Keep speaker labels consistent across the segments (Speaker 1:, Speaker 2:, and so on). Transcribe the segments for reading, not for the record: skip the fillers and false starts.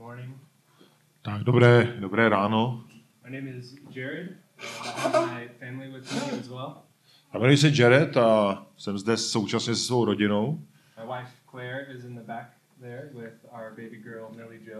Speaker 1: morning.
Speaker 2: Tak, dobré ráno.
Speaker 1: My name is Jared. I have my family with me as well.
Speaker 2: A jmenuji se Jared a jsem zde současně se svou rodinou.
Speaker 1: My wife Claire is in the back there with our baby girl Millie Jo.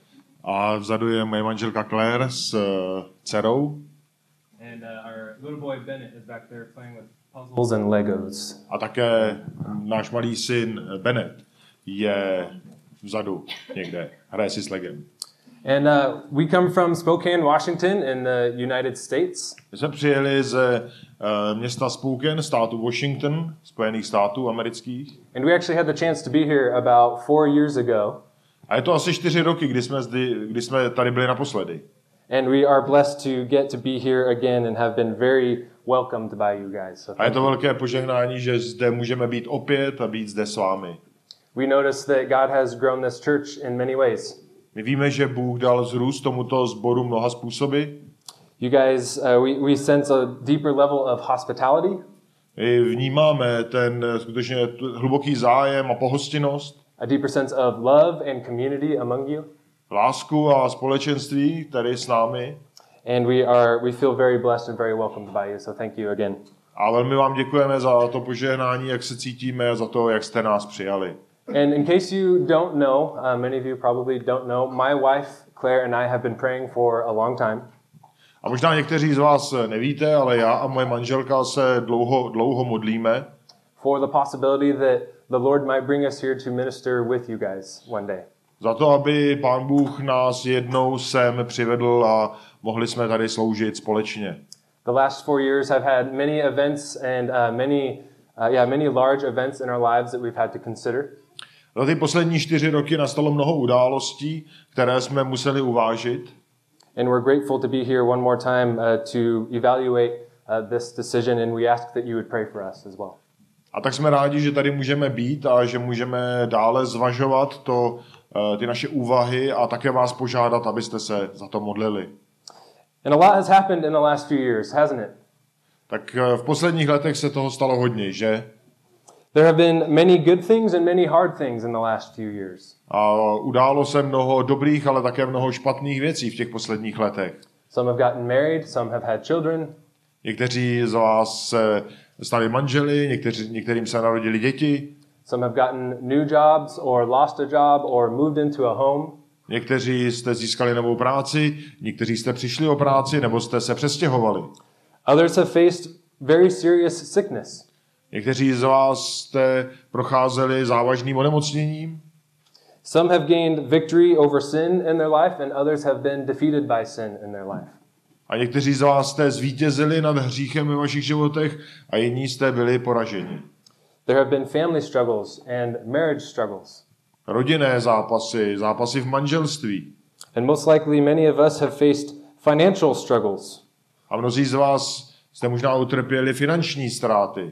Speaker 2: A vzadu je moje manželka Claire s dcerou.
Speaker 1: And our little boy Bennett is back there playing with puzzles and Legos.
Speaker 2: A také náš malý syn Bennett je vzadu někde, hraje si s legem.
Speaker 1: And we come from Spokane, Washington in the United States.
Speaker 2: My jsme přijeli ze města Spokane, státu Washington, Spojených států amerických.
Speaker 1: And we actually had the chance to be here about 4 years ago.
Speaker 2: A je to asi 4 roky, kdy jsme tady byli naposledy.
Speaker 1: And we are blessed to get to be here again and have been very welcomed by you guys. So
Speaker 2: A je to velké požehnání, že zde můžeme být opět a být zde s vámi.
Speaker 1: we notice that God has grown this church in many ways.
Speaker 2: My víme, že Bůh dal zrůst tomuto sboru mnoha způsoby.
Speaker 1: You guys, we sense a deeper level of hospitality.
Speaker 2: My vnímáme ten skutečně hluboký zájem a pohostinnost,
Speaker 1: A deeper sense of love and community among you.
Speaker 2: lásku a společenství tady s námi.
Speaker 1: And we feel very blessed and very welcomed by you. So thank you again.
Speaker 2: A velmi vám děkujeme za to požehnání, jak se cítíme a za to, jak jste nás přijali.
Speaker 1: And in case you don't know, many of you probably don't know, my wife Claire and I have been praying for a long time.
Speaker 2: A možná někteří z vás nevíte, ale já a moje manželka se dlouho modlíme
Speaker 1: For the possibility that the Lord might bring us here to minister with you guys one day.
Speaker 2: za to, aby Pán Bůh nás jednou sem přivedl a mohli jsme tady sloužit společně.
Speaker 1: The last 4 years have had many events and many large events in our lives that we've had to consider.
Speaker 2: Za ty poslední 4 roky nastalo mnoho událostí, které jsme museli uvážit.
Speaker 1: And we're grateful to be here one more time to evaluate this decision, and we ask that you would pray for us as well.
Speaker 2: A tak jsme rádi, že tady můžeme být a že můžeme dále zvažovat ty naše úvahy a také vás požádat, abyste se za to modlili.
Speaker 1: And a lot has happened in the last few years, hasn't it?
Speaker 2: Tak v posledních letech se toho stalo hodně, že?
Speaker 1: There have been many good things and many hard things in the last few years.
Speaker 2: A událo se mnoho dobrých, ale také mnoho špatných věcí v těch posledních letech.
Speaker 1: Some have gotten married, some have had children.
Speaker 2: Někteří z vás se stali manželi, některým se narodili děti.
Speaker 1: Some have gotten new jobs or lost a job or moved into a home.
Speaker 2: Někteří jste získali novou práci, někteří jste přišli o práci nebo jste se přestěhovali.
Speaker 1: Others have faced very serious sickness.
Speaker 2: Někteří z vás jste procházeli závažným onemocněním.
Speaker 1: Some have gained victory over sin in their life and others have been defeated by sin in their life.
Speaker 2: A někteří z vás jste zvítězili nad hříchem ve vašich životech a jiní jste byli poraženi.
Speaker 1: There have been family struggles and marriage struggles.
Speaker 2: Rodinné zápasy v manželství.
Speaker 1: And most likely many of us have faced financial struggles.
Speaker 2: A mnozí z vás jste možná utrpěli finanční ztráty.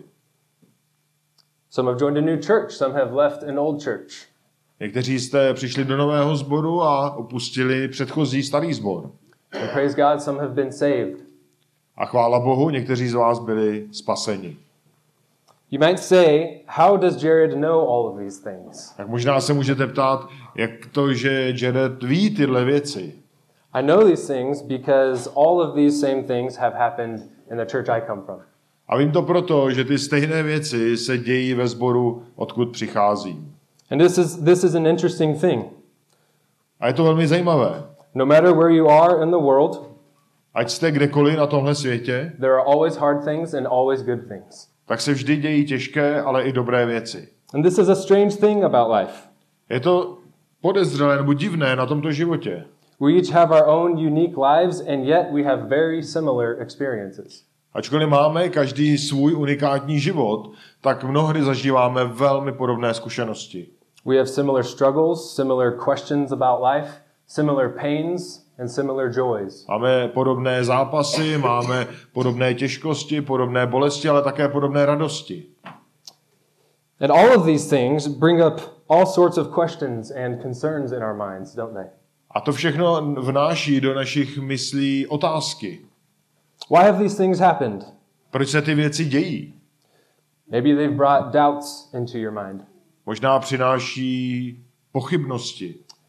Speaker 1: Some have joined a new church, some have left an old church.
Speaker 2: Někteří jste přišli do nového sboru a opustili předchozí starý sbor.
Speaker 1: And praise God, some have been saved.
Speaker 2: A chvála Bohu, někteří z vás byli spaseni.
Speaker 1: You might say, how does Jared know all of these things?
Speaker 2: Tak možná se můžete ptát, jak to, že Jared ví tyhle věci.
Speaker 1: I know these things because all of these same things have happened in the church I come from.
Speaker 2: A vím to proto, že ty stejné věci se dějí ve sboru, odkud přicházím.
Speaker 1: And this is an interesting thing.
Speaker 2: A je to velmi zajímavé.
Speaker 1: No matter where you are in the world,
Speaker 2: Ať jste kdekoliv na tomhle světě,
Speaker 1: there are always hard things and always good things.
Speaker 2: tak se vždy dějí těžké, ale i dobré věci.
Speaker 1: And this is a strange thing about life.
Speaker 2: Je to podezřelé nebo divné na tomto životě.
Speaker 1: We each have our own unique lives and yet we have very similar experiences.
Speaker 2: Ačkoliv máme každý svůj unikátní život, tak mnohdy zažíváme velmi podobné zkušenosti.
Speaker 1: We have similar struggles, similar questions about life, similar pains and similar joys.
Speaker 2: Máme podobné zápasy, máme podobné těžkosti, podobné bolesti, ale také podobné radosti.
Speaker 1: And all of these things bring up all sorts of questions and concerns in our minds, don't they?
Speaker 2: A to všechno vnáší do našich myslí otázky.
Speaker 1: Why have these things happened?
Speaker 2: Proč se ty věci dějí?
Speaker 1: Maybe they've brought doubts into your mind.
Speaker 2: Možná přináší pochybnosti.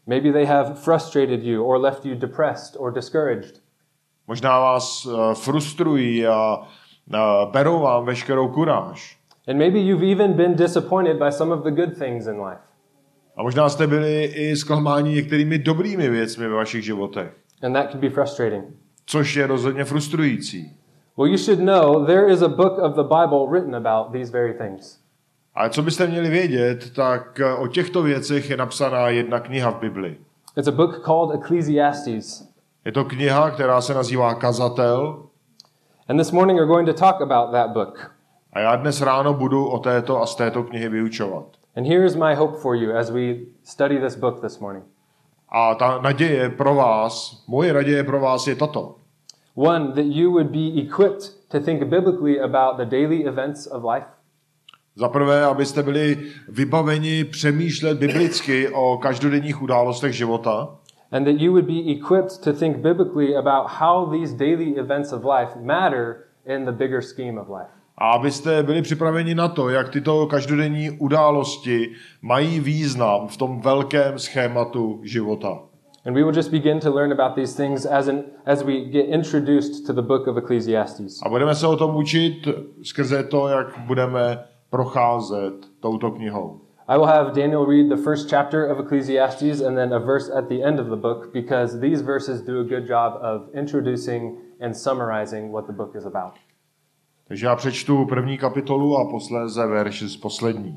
Speaker 1: Maybe they have frustrated you or left you depressed or discouraged.
Speaker 2: Možná vás frustrují a berou vám veškerou kuráž.
Speaker 1: And maybe you've even been disappointed by some of the good things in life.
Speaker 2: A možná jste byli i zklamáni některými dobrými věcmi ve vašich životech.
Speaker 1: And that can be frustrating.
Speaker 2: Což je rozhodně frustrující.
Speaker 1: Well, you should know there is a book of the Bible written about these very things.
Speaker 2: A co byste měli vědět, tak o těchto věcech je napsaná jedna kniha v Bibli.
Speaker 1: It's a book called Ecclesiastes.
Speaker 2: Je to kniha, která se nazývá Kazatel.
Speaker 1: And this morning we're going to talk about that book.
Speaker 2: A já dnes ráno budu o této a z této knihy vyučovat.
Speaker 1: And here is my hope for you as we study this book this morning.
Speaker 2: A ta naděje pro vás, moje naděje pro vás je tato.
Speaker 1: One, that you would be equipped to think biblically about the daily events of life.
Speaker 2: Za prvé, abyste byli vybaveni přemýšlet biblicky o každodenních událostech života.
Speaker 1: And that you would be equipped to think biblically about how these daily events of life matter in the bigger scheme of life.
Speaker 2: A abyste byli připraveni na to, jak tyto každodenní události mají význam v tom velkém schématu života.
Speaker 1: And we will just begin to learn about these things as we get introduced to the book of Ecclesiastes.
Speaker 2: A budeme se o tom učit skrze to, jak budeme procházet touto knihou.
Speaker 1: I will have Daniel read the first chapter of Ecclesiastes and then a verse at the end of the book because these verses do a good job of introducing and summarizing what the book is about.
Speaker 2: Takže já přečtu první kapitolu a posléze verš z poslední.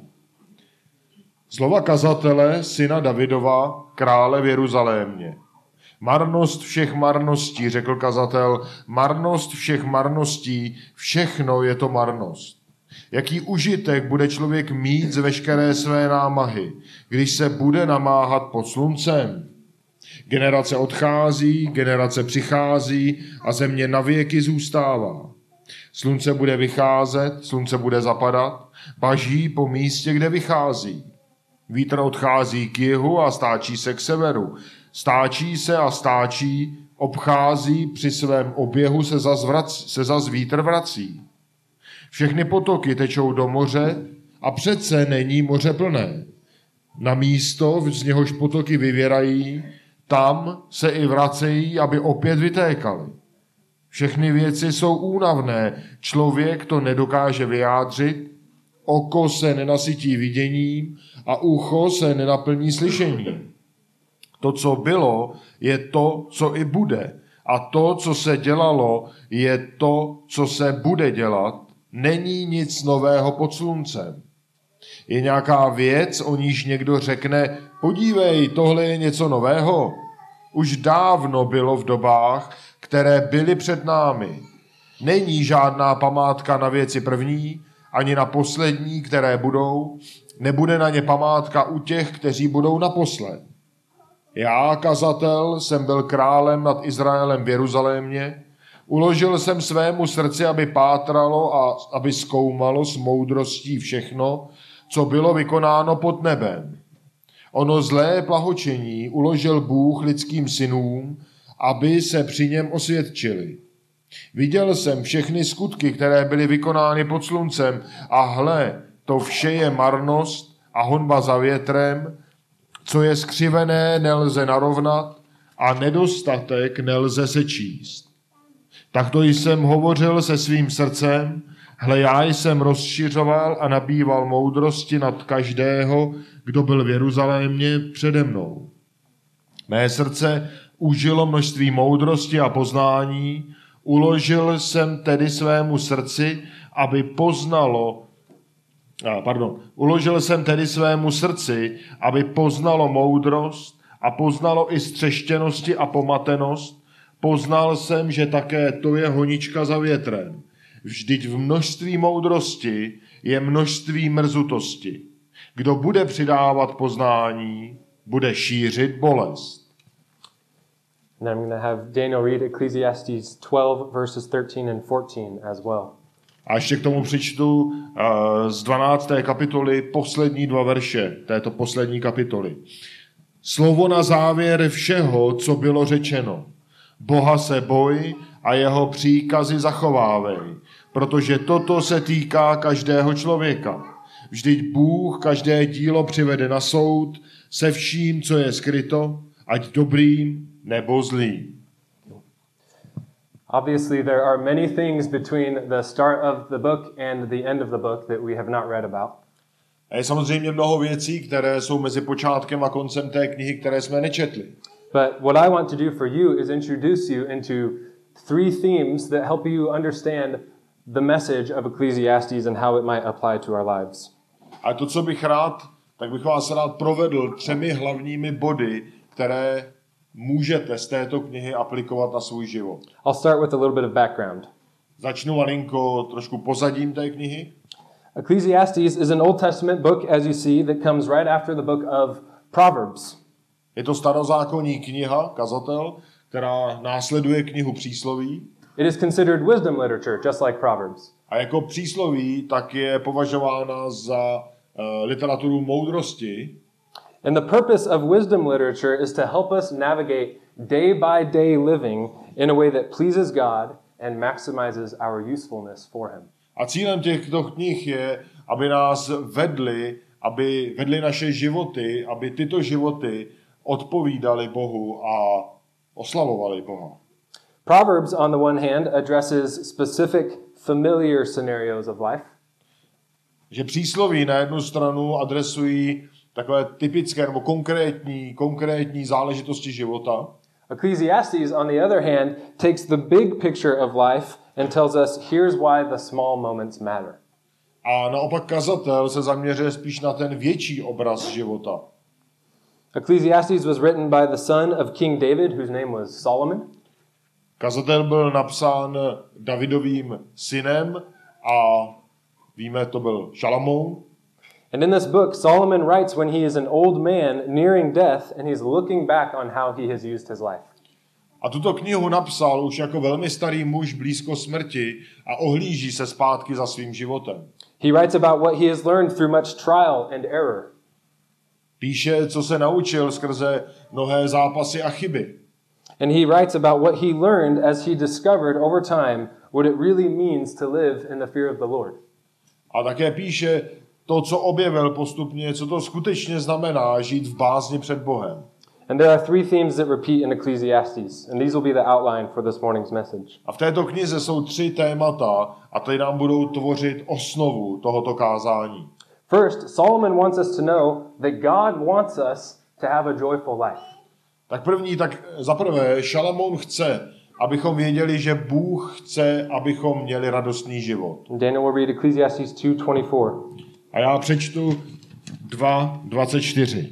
Speaker 2: Slova kazatele, syna Davidova, krále v Jeruzalémě. Marnost všech marností, řekl kazatel, marnost všech marností, všechno je to marnost. Jaký užitek bude člověk mít z veškeré své námahy, když se bude namáhat pod sluncem? Generace odchází, generace přichází a země navěky zůstává. Slunce bude vycházet, slunce bude zapadat, baží po místě, kde vychází. Vítr odchází k jihu a stáčí se k severu. Stáčí se a stáčí, obchází, při svém oběhu se zas vítr vrací. Všechny potoky tečou do moře a přece není moře plné. Na místo, z něhož potoky vyvěrají, tam se i vracejí, aby opět vytékaly. Všechny věci jsou únavné, člověk to nedokáže vyjádřit, oko se nenasytí viděním a ucho se nenaplní slyšením. To, co bylo, je to, co i bude. A to, co se dělalo, je to, co se bude dělat. Není nic nového pod sluncem. Je nějaká věc, o níž někdo řekne, podívej, tohle je něco nového. Už dávno bylo v dobách, které byly před námi. Není žádná památka na věci první, ani na poslední, které budou. Nebude na ně památka u těch, kteří budou naposled. Já, kazatel, jsem byl králem nad Izraelem v Jeruzalémě. Uložil jsem svému srdci, aby pátralo a aby zkoumalo s moudrostí všechno, co bylo vykonáno pod nebem. Ono zlé plahočení uložil Bůh lidským synům, aby se při něm osvědčili. Viděl jsem všechny skutky, které byly vykonány pod sluncem a hle, to vše je marnost a honba za větrem, co je skřivené, nelze narovnat a nedostatek nelze sečíst. Takto jsem hovořil se svým srdcem, hle, já jsem rozšiřoval a nabýval moudrosti nad každého, kdo byl v Jeruzalémě přede mnou. Mé srdce užilo množství moudrosti a poznání, uložil jsem tedy svému srdci, aby poznalo moudrost a poznalo i střeštěnosti a pomatenost. Poznal jsem, že také to je honička za větrem. Vždyť v množství moudrosti je množství mrzutosti. Kdo bude přidávat poznání, bude šířit bolest.
Speaker 1: And I'm going to have Daniel read Ecclesiastes 12 verses 13 and 14 as well.
Speaker 2: A ještě k tomu přečtu z 12. kapitoly poslední dva verše této poslední kapitoly. Slovo na závěr všeho, co bylo řečeno. Boha se boj a jeho příkazy zachovávej, protože toto se týká každého člověka. Vždyť Bůh každé dílo přivede na soud se vším, co je skryto, ať dobrým nebo zlým.
Speaker 1: Obviously, there are many things between the start of the book and the end of the book that we have not read about.
Speaker 2: A je samozřejmě mnoho věcí, které jsou mezi počátkem a koncem té knihy, které jsme nečetli.
Speaker 1: But what I want to do for you is introduce you into three themes that help you understand the message of Ecclesiastes and how it might apply to our lives.
Speaker 2: A to, co bych rád, tak bych vás rád provedl 3 hlavními body, které můžete z této knihy aplikovat na svůj život.
Speaker 1: I'll start with a little bit of background.
Speaker 2: Začnu malinko trošku pozadím té knihy.
Speaker 1: Ecclesiastes is an Old Testament book, as you see, that comes right after the book of Proverbs.
Speaker 2: Je to starozákonní kniha, kazatel, která následuje knihu přísloví.
Speaker 1: It is considered wisdom literature, just like Proverbs.
Speaker 2: A jako přísloví tak je považována za literaturu moudrosti.
Speaker 1: And the purpose of wisdom literature is to help us navigate day by day living in a way that pleases God and maximizes our usefulness for Him.
Speaker 2: A cílem těchto knih je, aby nás aby vedli naše životy, aby tyto životy odpovídaly Bohu a oslavovali Boha.
Speaker 1: Proverbs, on the one hand, addresses specific familiar scenarios of life.
Speaker 2: Že přísloví na jednu stranu adresují takové typické nebo konkrétní záležitosti života.
Speaker 1: Ecclesiastes, on the other hand, takes the big picture of life and tells us here's why the small moments matter.
Speaker 2: A naopak kazatel se zaměřuje spíš na ten větší obraz života.
Speaker 1: Ecclesiastes was written by the son of King David, whose name was Solomon.
Speaker 2: Kazatel byl napsán Davidovým synem a víme, to byl Šalamoun.
Speaker 1: And in this book, Solomon writes when he is an old man nearing death and he's looking back on how he has used his life.
Speaker 2: A tuto knihu napsal už jako velmi starý muž blízko smrti a ohlíží se zpátky za svým životem.
Speaker 1: He writes about what he has learned through much trial and error.
Speaker 2: Píše, co se naučil skrze mnohé zápasy a chyby.
Speaker 1: And he writes about what he learned as he discovered over time what it really means to live in the fear of the Lord.
Speaker 2: A také píše to, co objevil postupně, co to skutečně znamená žít v bázni před Bohem.
Speaker 1: And there are three themes that repeat in Ecclesiastes, and these will be the outline for this morning's message.
Speaker 2: A v této knize jsou 3 témata a ty nám budou tvořit osnovu tohoto kázání.
Speaker 1: First, Solomon wants us to know that God wants us to have a joyful life.
Speaker 2: Tak zaprvé Šalamoun chce, abychom věděli, že Bůh chce, abychom měli radostný život.
Speaker 1: Daniel will read Ecclesiastes 2:24.
Speaker 2: A já přečtu 2:24.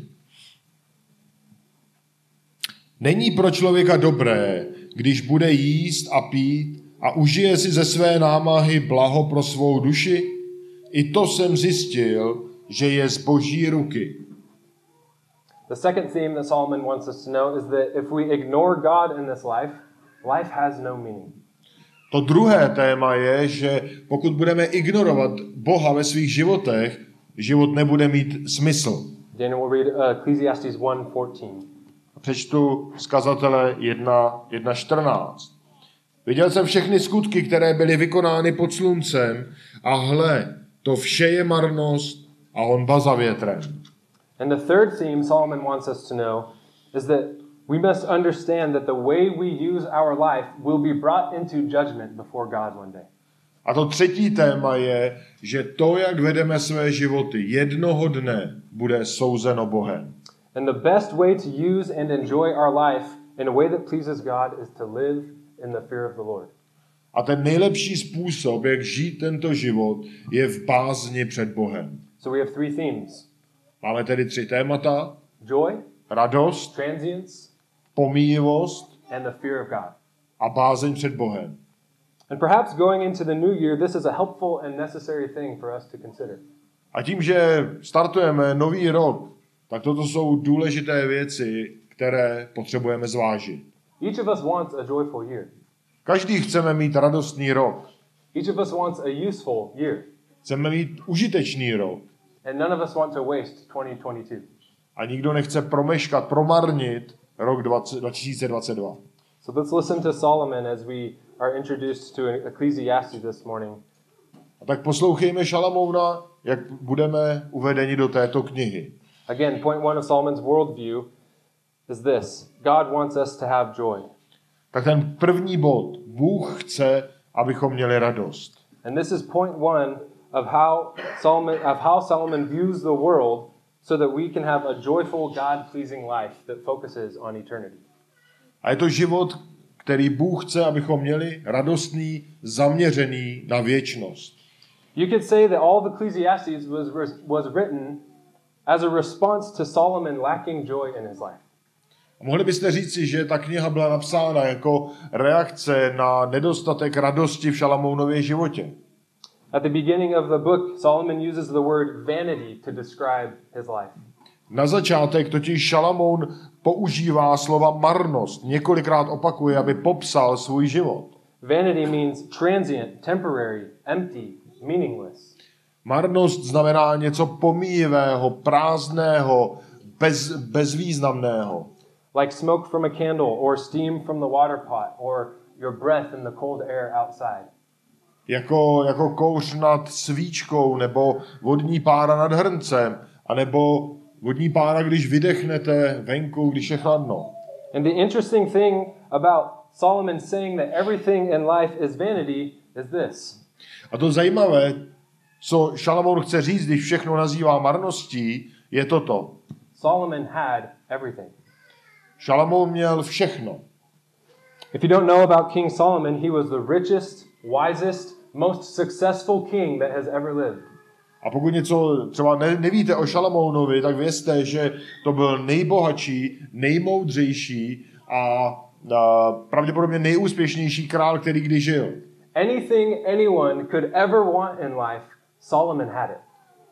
Speaker 2: Není pro člověka dobré, když bude jíst a pít a užije si ze své námahy blaho pro svou duši? I to jsem zjistil, že je z Boží ruky.
Speaker 1: The second theme that Solomon wants us to know is that if we ignore God in this life, life has no meaning.
Speaker 2: To druhé téma je, že pokud budeme ignorovat Boha ve svých životech, život nebude mít smysl.
Speaker 1: Daniel will read Ecclesiastes 1:14.
Speaker 2: Přečtu z kazatele 1:14. Viděl jsem všechny skutky, které byly vykonány pod sluncem a hle, to vše je marnost a honba za větrem.
Speaker 1: And the third theme Solomon wants us to know is that we must understand that the way we use our life will be brought into judgment before God one day.
Speaker 2: A to třetí téma je, že to, jak vedeme své životy, jednoho dne bude souzeno Bohem.
Speaker 1: And the best way to use and enjoy our life in a way that pleases God is to live in the fear of the Lord.
Speaker 2: A ten nejlepší způsob, jak žít tento život, je v bázni před Bohem.
Speaker 1: So we have three themes.
Speaker 2: Máme tedy 3 témata.
Speaker 1: Joy,
Speaker 2: Radost,
Speaker 1: transience,
Speaker 2: pomíjivost
Speaker 1: and the fear of God.
Speaker 2: a bázeň před Bohem.
Speaker 1: And perhaps going into the new year, this is a helpful and necessary thing for us to consider.
Speaker 2: A tím, že startujeme nový rok, tak toto jsou důležité věci, které potřebujeme zvážit.
Speaker 1: Each of us wants a joyful year.
Speaker 2: Každý chceme mít radostný rok.
Speaker 1: Each of us wants a useful year.
Speaker 2: Chceme mít užitečný rok.
Speaker 1: And none of us want to waste 2022.
Speaker 2: A nikdo nechce promarnit rok 2022.
Speaker 1: So let's listen to Solomon as we are introduced to Ecclesiastes this morning.
Speaker 2: A tak poslouchejme Šalamouna, jak budeme uvedeni do této knihy.
Speaker 1: Again, point one of Solomon's worldview is this. God wants us to have joy.
Speaker 2: Tak ten první bod. Bůh chce, abychom měli radost.
Speaker 1: And this is point one of how Solomon views the world so that we can have a joyful, God-pleasing life that focuses on eternity.
Speaker 2: A je to život, který Bůh chce, abychom měli radostný, zaměřený na věčnost.
Speaker 1: You could say that all of Ecclesiastes was written as a response to Solomon lacking joy in his life.
Speaker 2: A mohli byste říci, že ta kniha byla napsána jako reakce na nedostatek radosti v Šalamounově životě.
Speaker 1: At the beginning of the book, Solomon uses the word vanity to describe his life.
Speaker 2: Na začátek totiž Šalamoun používá slova marnost. Několikrát opakuje, aby popsal svůj život.
Speaker 1: Vanity means transient, temporary, empty, meaningless.
Speaker 2: Marnost znamená něco pomíjivého, prázdného, bezvýznamného.
Speaker 1: Like smoke from a candle or steam from the water pot or your breath in the cold air outside.
Speaker 2: Jako kouř nad svíčkou, nebo vodní pára nad hrncem, anebo vodní pára, když vydechnete venku, když je chladno.
Speaker 1: And the interesting thing about Solomon saying that everything in life is vanity is this.
Speaker 2: A to zajímavé, co Šalamoun chce říct, když všechno nazývá marností, je toto.
Speaker 1: Solomon had everything.
Speaker 2: Šalamoun měl všechno.
Speaker 1: If you don't know about King Solomon, he was the richest, wisest, most successful king that has ever lived.
Speaker 2: A pokud něco třeba nevíte o Šalamounovi, tak vězte, že to byl nejbohatší, nejmoudřejší a pravděpodobně nejúspěšnější král, který kdy žil.
Speaker 1: Anything anyone could ever want in life, Solomon had it.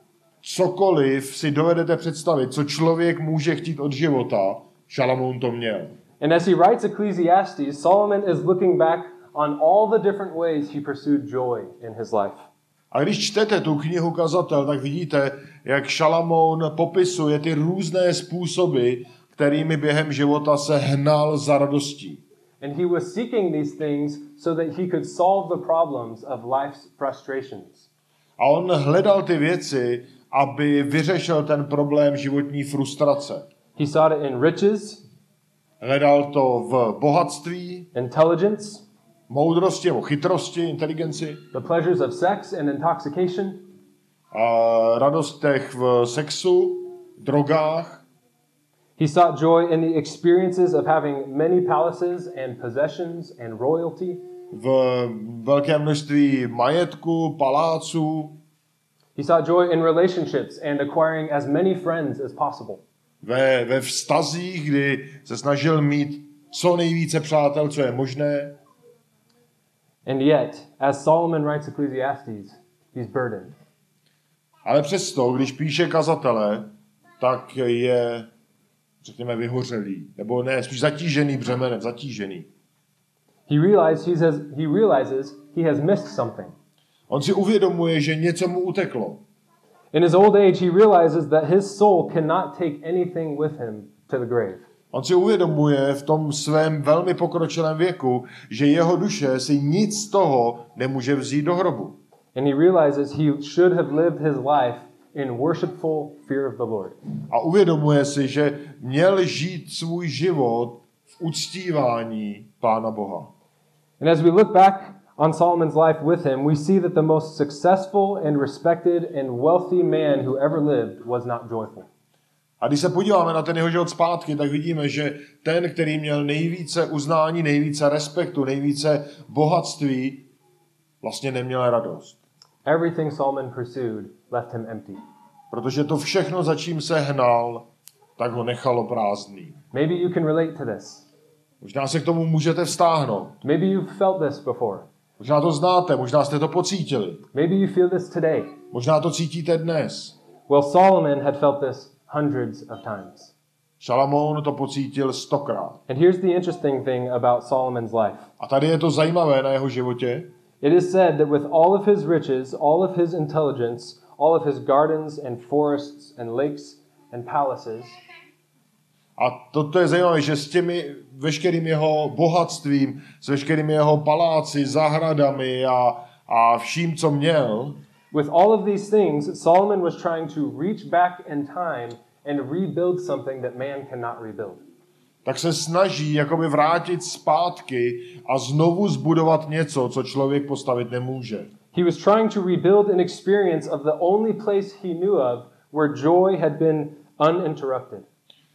Speaker 2: Cokoliv si dovedete představit, co člověk může chtít od života, Šalamoun to měl.
Speaker 1: And as he writes Ecclesiastes, Solomon is looking back on all the different ways he pursued joy in his life.
Speaker 2: A když čtete tu knihu Kazatel, tak vidíte, jak Šalamoun popisuje ty různé způsoby, kterými během života se hnal za radostí.
Speaker 1: And he was seeking these things so that he could solve the problems of life's frustrations.
Speaker 2: A on hledal ty věci, aby vyřešil ten problém životní frustrace.
Speaker 1: He sought it in riches,
Speaker 2: Hledal to v bohatství,
Speaker 1: intelligence,
Speaker 2: moudrosti nebo chytrosti, inteligenci,
Speaker 1: the pleasures of sex and intoxication,
Speaker 2: a radostech v sexu, drogách.
Speaker 1: He sought joy in the experiences of having many palaces and possessions and royalty.
Speaker 2: V velkém množství majetku, paláců.
Speaker 1: He sought joy in relationships and acquiring as many friends as possible.
Speaker 2: Ve vztazích, kdy se snažil mít co nejvíce přátel, co je možné.
Speaker 1: And yet, as Solomon writes Ecclesiastes, he's burdened.
Speaker 2: Ale přesto, když píše Kazatele, tak je, řekněme, vyhořelý. Nebo ne, spíš zatížený břemenem, zatížený.
Speaker 1: He realizes he has missed something.
Speaker 2: On si uvědomuje, že něco mu uteklo.
Speaker 1: In his old age, he realizes that his soul cannot take anything with him to the grave.
Speaker 2: On si uvědomuje v tom svém velmi pokročilém věku, že jeho duše si nic z toho nemůže vzít do hrobu.
Speaker 1: And he realizes he should have lived his life in worshipful fear of the Lord.
Speaker 2: A uvědomuje si, že měl žít svůj život v uctívání Pána Boha.
Speaker 1: And as we look back on Solomon's life with him, we see that the most successful and respected and wealthy man who ever lived was not joyful.
Speaker 2: A když se podíváme na ten jeho život zpátky, tak vidíme, že ten, který měl nejvíce uznání, nejvíce respektu, nejvíce bohatství, vlastně neměl radost.
Speaker 1: Everything Solomon pursued left him empty.
Speaker 2: Protože to všechno, za čím se hnal, tak ho nechalo prázdný.
Speaker 1: Maybe you can relate to this.
Speaker 2: Možná se k tomu můžete vztáhnout.
Speaker 1: Maybe you've felt this before.
Speaker 2: Možná to znáte, možná jste to pocítili.
Speaker 1: Maybe you feel this today.
Speaker 2: Možná to cítíte dnes.
Speaker 1: Well, Solomon had felt this hundreds of times.
Speaker 2: Šalamoun to pocítil 100krát.
Speaker 1: And here's the interesting thing about Solomon's life.
Speaker 2: A tady je to zajímavé na jeho životě.
Speaker 1: It is said that with all of his riches, all of his intelligence, all of his gardens and forests and lakes and palaces,
Speaker 2: a to je zajímavé, že s těmi veškerým jeho bohatstvím, s veškerými jeho paláci, zahradami a vším, co měl,
Speaker 1: with all of these things, Solomon was trying to reach back in time and rebuild something that man cannot rebuild.
Speaker 2: Tak se snaží jakoby vrátit zpátky a znovu zbudovat něco, co člověk postavit nemůže.
Speaker 1: He was trying to rebuild an experience of the only place he knew of where joy had been uninterrupted.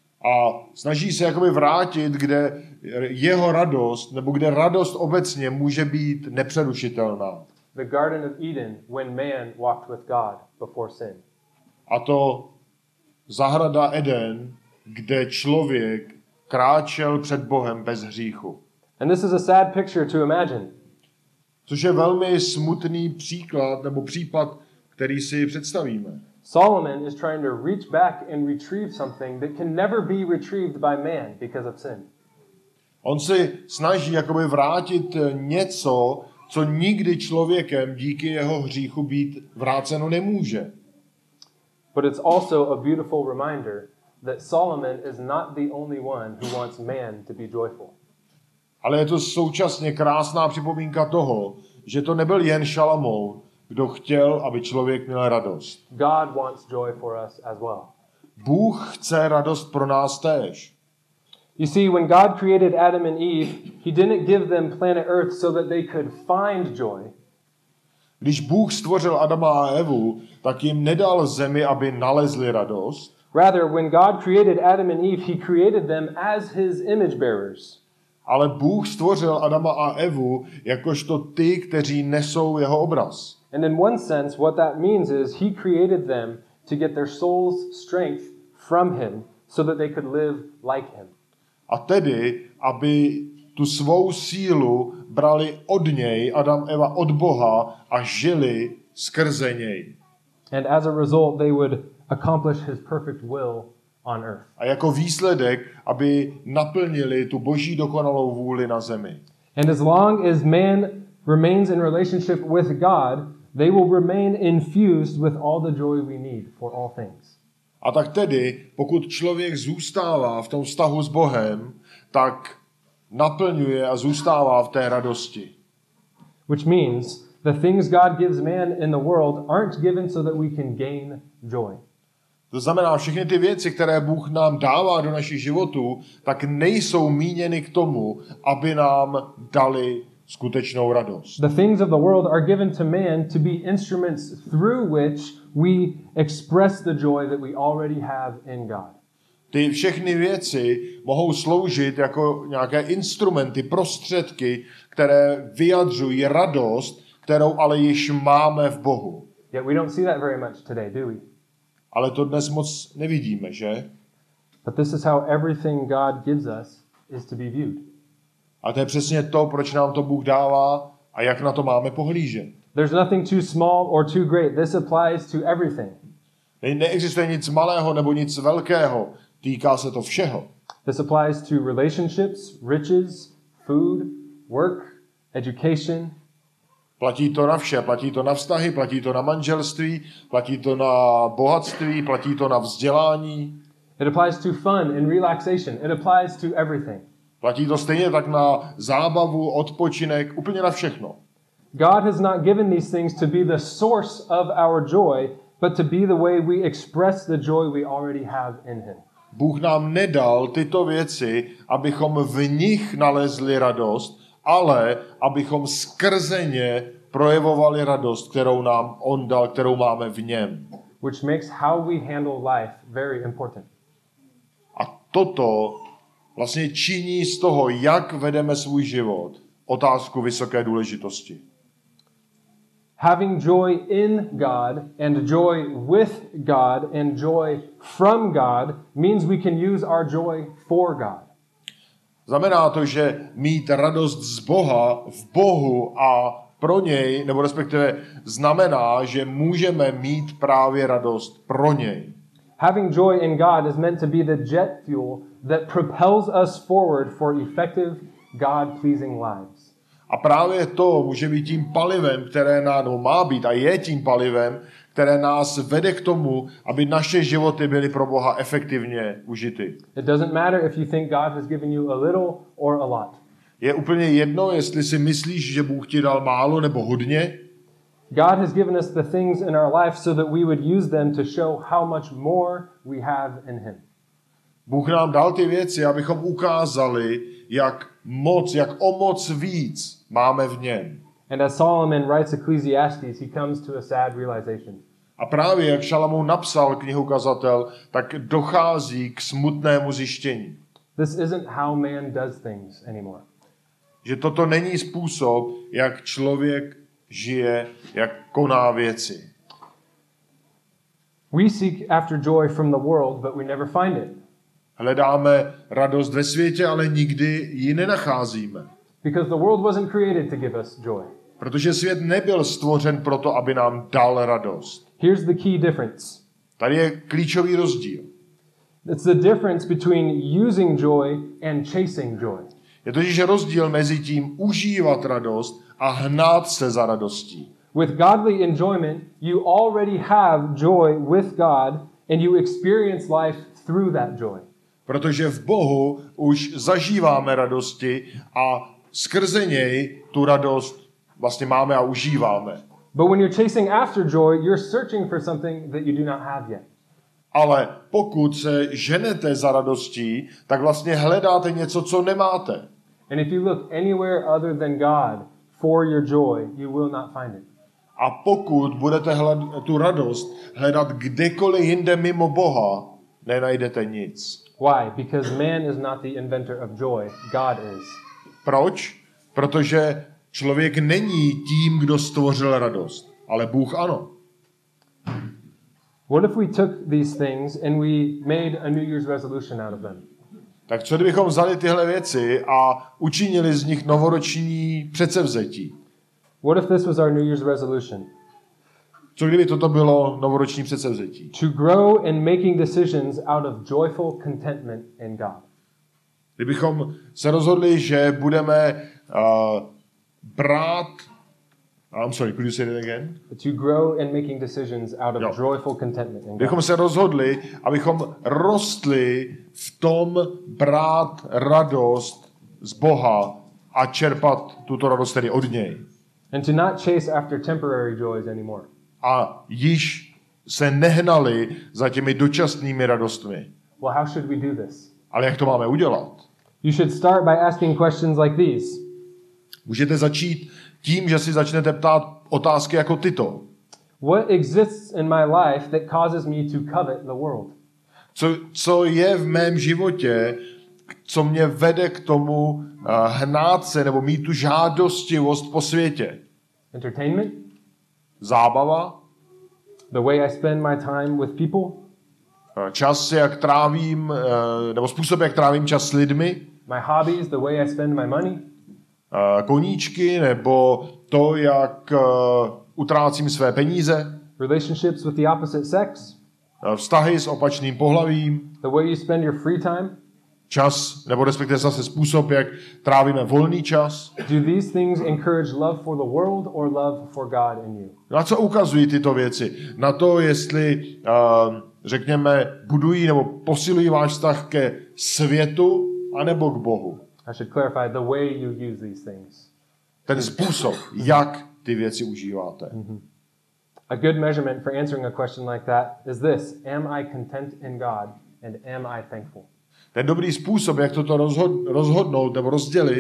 Speaker 2: A snaží se jakoby vrátit, kde jeho radost, nebo kde radost obecně může být nepřerušitelná.
Speaker 1: The Garden of Eden when man walked with God before sin.
Speaker 2: A to zahrada Eden, kde člověk kráčel před Bohem bez hříchu.
Speaker 1: And this is a sad picture to imagine.
Speaker 2: Což je velmi smutný příklad nebo případ, který si představíme.
Speaker 1: Solomon is trying to reach back and retrieve something that can never be retrieved by man because of sin.
Speaker 2: On si snaží jakoby vrátit něco, co nikdy člověkem díky jeho hříchu být vráceno nemůže.
Speaker 1: But it's also a beautiful reminder that Solomon is not the only one who wants man to be joyful.
Speaker 2: Ale je to současně krásná připomínka toho, že to nebyl jen Šalamoun, kdo chtěl, aby člověk měl radost.
Speaker 1: God wants joy for us as well.
Speaker 2: Bůh chce radost pro nás též.
Speaker 1: You see, when God created Adam and Eve, he didn't give them planet Earth so that they could find joy.
Speaker 2: Když Bůh stvořil Adama a Evu, tak jim nedal zemi, aby nalezli radost.
Speaker 1: Rather, when God created Adam and Eve, he created them as his image bearers.
Speaker 2: Ale Bůh stvořil Adama a Evu jakožto ty, kteří nesou jeho obraz.
Speaker 1: And in one sense, what that means is he created them to get their soul's strength from him so that they could live like him.
Speaker 2: A tedy, aby tu svou sílu brali od něj, Adam, Eva, od Boha a žili skrze něj.
Speaker 1: And as a result, they would accomplish his perfect will on earth.
Speaker 2: A jako výsledek, aby naplnili tu boží dokonalou vůli na zemi.
Speaker 1: And as long as man remains in relationship with God, they will remain infused with all the joy we need for all things.
Speaker 2: A tak tedy, pokud člověk zůstává v tom vztahu s Bohem, tak naplňuje a zůstává v té radosti.
Speaker 1: Which means the things God gives man in the world aren't given so that we can gain joy.
Speaker 2: To znamená, všechny ty věci, které Bůh nám dává do našich životů, tak nejsou míněny k tomu, aby nám dali skutečnou radost.
Speaker 1: The things of the world are given to man to be instruments through which we express the joy that we already have in God.
Speaker 2: Ty všechny věci mohou sloužit jako nějaké instrumenty, prostředky, které vyjadřují radost, kterou ale již máme v Bohu.
Speaker 1: Yet we don't see that very much today, do we?
Speaker 2: Ale to dnes moc nevidíme, že?
Speaker 1: But this is how everything God gives us is to be viewed.
Speaker 2: A to je přesně to, proč nám to Bůh dává a jak na to máme pohlížet.
Speaker 1: There's nothing too small or too great. This applies to everything.
Speaker 2: Neexistuje nic malého nebo nic velkého. Týká se to všeho.
Speaker 1: This applies to relationships, riches, food, work, education.
Speaker 2: Platí to na vše. Platí to na vztahy, platí to na manželství, platí to na bohatství, platí to na vzdělání.
Speaker 1: It applies to fun and relaxation. It applies to everything.
Speaker 2: Platí to stejně tak na zábavu, odpočinek, úplně na všechno.
Speaker 1: God has not given these things to be the source of our joy, but to be the way we express the joy we already have in him.
Speaker 2: Bůh nám nedal tyto věci, abychom v nich nalezli radost, ale abychom skrze ně projevovali radost, kterou nám on dal, kterou máme v něm.
Speaker 1: Which makes how we handle life very important.
Speaker 2: A toto vlastně činí z toho, jak vedeme svůj život, otázku vysoké důležitosti.
Speaker 1: Having joy in God and joy with God and joy from God means we can use our joy for God.
Speaker 2: Znamená to, že mít radost z Boha v Bohu a pro něj, nebo respektive znamená, že můžeme mít právě radost pro něj.
Speaker 1: Having joy in God is meant to be the jet fuel that propels us forward for effective, God-pleasing lives.
Speaker 2: A právě to může být tím palivem, které nás má být a je tím palivem, které nás vede k tomu, aby naše životy byly pro Boha efektivně užity.
Speaker 1: It doesn't matter if you think God has given you a little or a lot.
Speaker 2: Je úplně jedno, jestli si myslíš, že Bůh ti dal málo nebo hodně.
Speaker 1: God has given us the things in our life so that we would use them to show how much more we have in him.
Speaker 2: Bůh nám dal ty věci, abychom ukázali, jak o moc víc máme v něm.
Speaker 1: And as Solomon writes Ecclesiastes, he comes to a sad realization.
Speaker 2: A právě jak Šalamoun napsal knihu Kazatel, tak dochází k smutnému zjištění.
Speaker 1: This isn't how man does things anymore.
Speaker 2: Že toto není způsob, jak člověk žije, jak koná věci.
Speaker 1: We seek after joy from the world, but we never find it.
Speaker 2: Hledáme radost ve světě, ale nikdy ji nenacházíme.
Speaker 1: Because the world wasn't created to give us joy.
Speaker 2: Protože svět nebyl stvořen proto, aby nám dal radost.
Speaker 1: Here's the key difference.
Speaker 2: Tady je klíčový rozdíl.
Speaker 1: It's the difference between using joy and chasing joy.
Speaker 2: Je totiž rozdíl mezi tím užívat radost a hnát se za radostí.
Speaker 1: With godly enjoyment, you already have joy with God and you experience life through that joy.
Speaker 2: Protože v Bohu už zažíváme radosti a skrze něj tu radost vlastně máme a užíváme.
Speaker 1: But when you're chasing after joy, you're searching for something that you do not have yet.
Speaker 2: Ale pokud se ženete za radostí, tak vlastně hledáte něco, co nemáte.
Speaker 1: And if you look anywhere other than God for your joy, you will not find it.
Speaker 2: A pokud budete tu radost hledat kdekoliv jinde mimo Boha, nenajdete nic.
Speaker 1: Why? Because man is not the inventor of joy. God is.
Speaker 2: Proč? Protože člověk není tím, kdo stvořil radost, ale Bůh ano.
Speaker 1: What if we took these things and we made a New Year's resolution out of them?
Speaker 2: Tak co kdybychom vzali tyhle věci a učinili z nich novoroční předsevzetí?
Speaker 1: What if this was our New Year's resolution?
Speaker 2: Co kdyby toto bylo novoroční předsevzetí?
Speaker 1: To grow in making decisions out of joyful contentment in God.
Speaker 2: Kdybychom se rozhodli, že budeme brát... I'm sorry, could you say that again?
Speaker 1: To grow in making decisions out of joyful contentment in God.
Speaker 2: Kdybychom se rozhodli, abychom rostli v tom brát radost z Boha a čerpat tuto radost tedy od něj.
Speaker 1: And to not chase after temporary joys anymore.
Speaker 2: A již se nehnali za těmi dočasnými radostmi.
Speaker 1: Well, how should we do this?
Speaker 2: Ale jak to máme udělat?
Speaker 1: You should start by asking questions like these.
Speaker 2: Můžete začít tím, že si začnete ptát otázky jako tyto.
Speaker 1: What exists in my life that causes me to covet the world?
Speaker 2: Co je v mém životě, co mě vede k tomu hnát se nebo mít tu žádostivost po světě?
Speaker 1: Entertainment?
Speaker 2: Zábava?
Speaker 1: The way I spend my time with people?
Speaker 2: Čas, jak trávím, nebo způsob, jak trávím čas s lidmi?
Speaker 1: My hobbies, the way I spend my money?
Speaker 2: Koníčky, nebo to, jak utrácím své peníze?
Speaker 1: Relationships with the opposite sex?
Speaker 2: Vztahy s opačným pohlavím?
Speaker 1: The way you spend your free time?
Speaker 2: Čas, nebo respektive zase způsob, jak trávíme volný čas?
Speaker 1: Do these things encourage love for the world or love for God in you?
Speaker 2: Na co ukazují tyto věci? Na to, jestli, řekněme, budují nebo posilují váš vztah ke světu, anebo k Bohu.
Speaker 1: I should clarify the way you use these things.
Speaker 2: Ten způsob, jak ty věci užíváte.
Speaker 1: Mm-hmm. A good measurement for answering a question like that is this: am I content in God and am I thankful?
Speaker 2: Ten dobrý způsob, jak toto rozhodnout nebo rozdělit,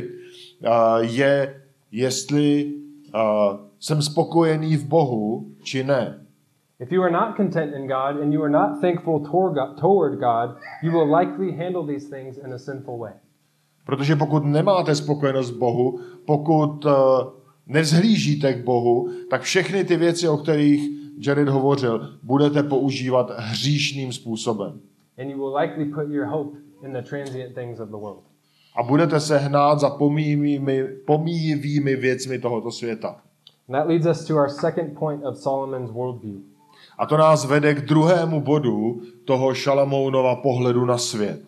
Speaker 2: je, jestli jsem spokojený v Bohu, či ne.
Speaker 1: If you are not content in God and you are not thankful toward God, you will likely handle these things in a sinful way.
Speaker 2: Protože pokud nemáte spokojenost v Bohu, pokud nevzhlížíte k Bohu, tak všechny ty věci, o kterých Jared hovořil, budete používat hříšným způsobem.
Speaker 1: And you will likely put your hope in the transient things of the world.
Speaker 2: A budete se hnát za pomíjivými věcmi tohoto světa.
Speaker 1: And that leads us to our second point of Solomon's worldview.
Speaker 2: A to nás vede k druhému bodu toho Šalamounova pohledu na svět.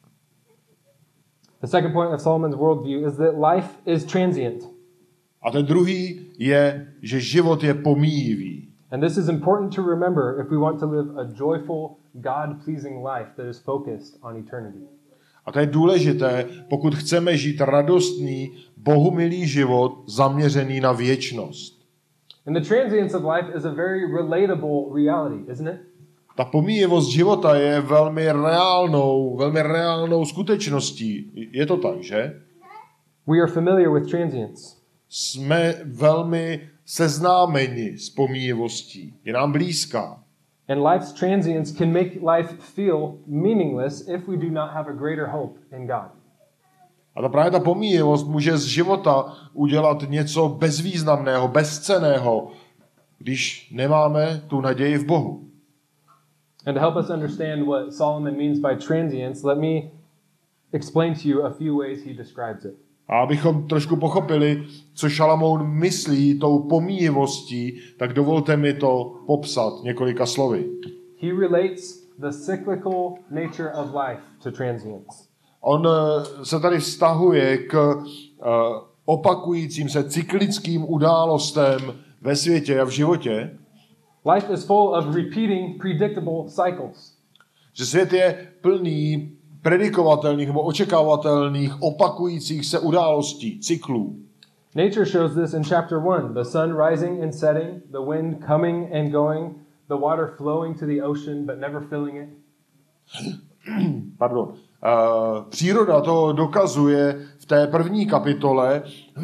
Speaker 1: The second point of Solomon's worldview is that life is transient.
Speaker 2: A ten druhý je, že život je pomíjivý.
Speaker 1: And this is important to remember if we want to live a joyful, God-pleasing life that is focused on eternity.
Speaker 2: A to je důležité, pokud chceme žít radostný, bohumilý život zaměřený na věčnost.
Speaker 1: And the transience of life is a very relatable reality, isn't it?
Speaker 2: Ta pomíjivost života je velmi reálnou skutečností. Je to tak, že?
Speaker 1: We are familiar with transience.
Speaker 2: Jsme velmi seznámeni s pomíjivostí. Je nám blízká.
Speaker 1: And life's transience can make life feel meaningless if we do not have a greater hope in God.
Speaker 2: A právě ta pomíjivost může z života udělat něco bezvýznamného, bezcenného, když nemáme tu naději v Bohu.
Speaker 1: And to help us understand what Solomon means by transience, let me explain to you a few ways he describes it.
Speaker 2: A abychom trošku pochopili, co Šalamoun myslí tou pomíjivostí, tak dovolte mi to popsat několika slovy.
Speaker 1: He relates the cyclical nature of life to transience.
Speaker 2: On se tady vztahuje k opakujícím se cyklickým událostem ve světě a v životě.
Speaker 1: Life is full of repeating, predictable cycles.
Speaker 2: Že svět je plný predikovatelných nebo očekávatelných opakujících se událostí, cyklů.
Speaker 1: Nature shows this in chapter 1. The sun rising and setting, the wind coming and going, the water flowing to the ocean but never filling it.
Speaker 2: Pardon. Příroda to dokazuje v té první kapitole,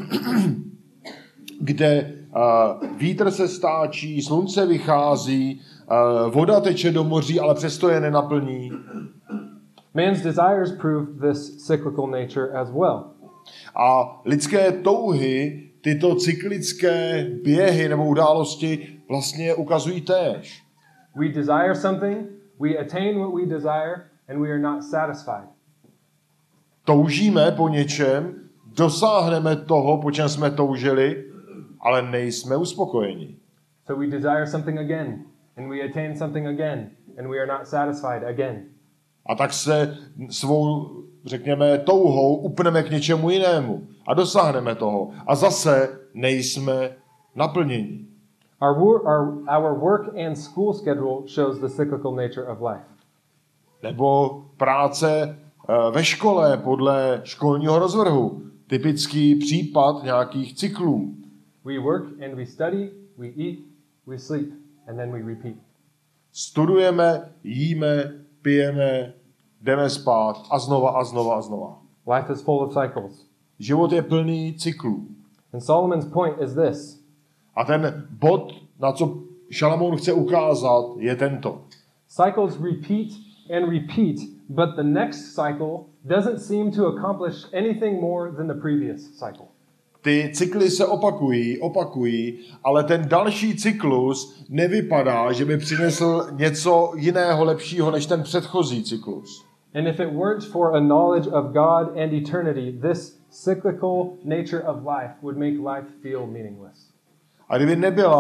Speaker 2: kde vítr se stáčí, slunce vychází, voda teče do moří, ale přesto je nenaplní.
Speaker 1: Man's desires prove this cyclical nature as well.
Speaker 2: A lidské touhy tyto cyklické běhy nebo události vlastně ukazují též.
Speaker 1: We desire something, we attain what we desire, and we are not satisfied.
Speaker 2: Toužíme po něčem, dosáhneme toho, po čem jsme toužili, ale nejsme uspokojeni.
Speaker 1: So we desire something again, and we attain something again, and we are not satisfied again.
Speaker 2: A tak se svou, řekněme, touhou upneme k něčemu jinému a dosáhneme toho. A zase nejsme naplněni.
Speaker 1: Our work and school schedule shows the cyclical nature of life.
Speaker 2: Nebo práce ve škole podle školního rozvrhu. Typický případ nějakých cyklů.
Speaker 1: We work and we study, we eat, we sleep, and then we repeat.
Speaker 2: Studujeme, jíme, pijeme, jdeme spát a znova a znova a znova.
Speaker 1: Life is full of cycles.
Speaker 2: Život je plný cyklů.
Speaker 1: And Solomon's point is this.
Speaker 2: A ten bod, na co Šalamoun chce ukázat, je tento.
Speaker 1: Cycles repeat and repeat, but the next cycle doesn't seem to accomplish anything more than the previous cycle.
Speaker 2: Ty cykly se opakují, ale ten další cyklus nevypadá, že by přinesl něco jiného, lepšího než ten předchozí cyklus.
Speaker 1: And if it weren't for a knowledge of God and eternity, this cyclical nature of life would make life feel meaningless.
Speaker 2: A kdyby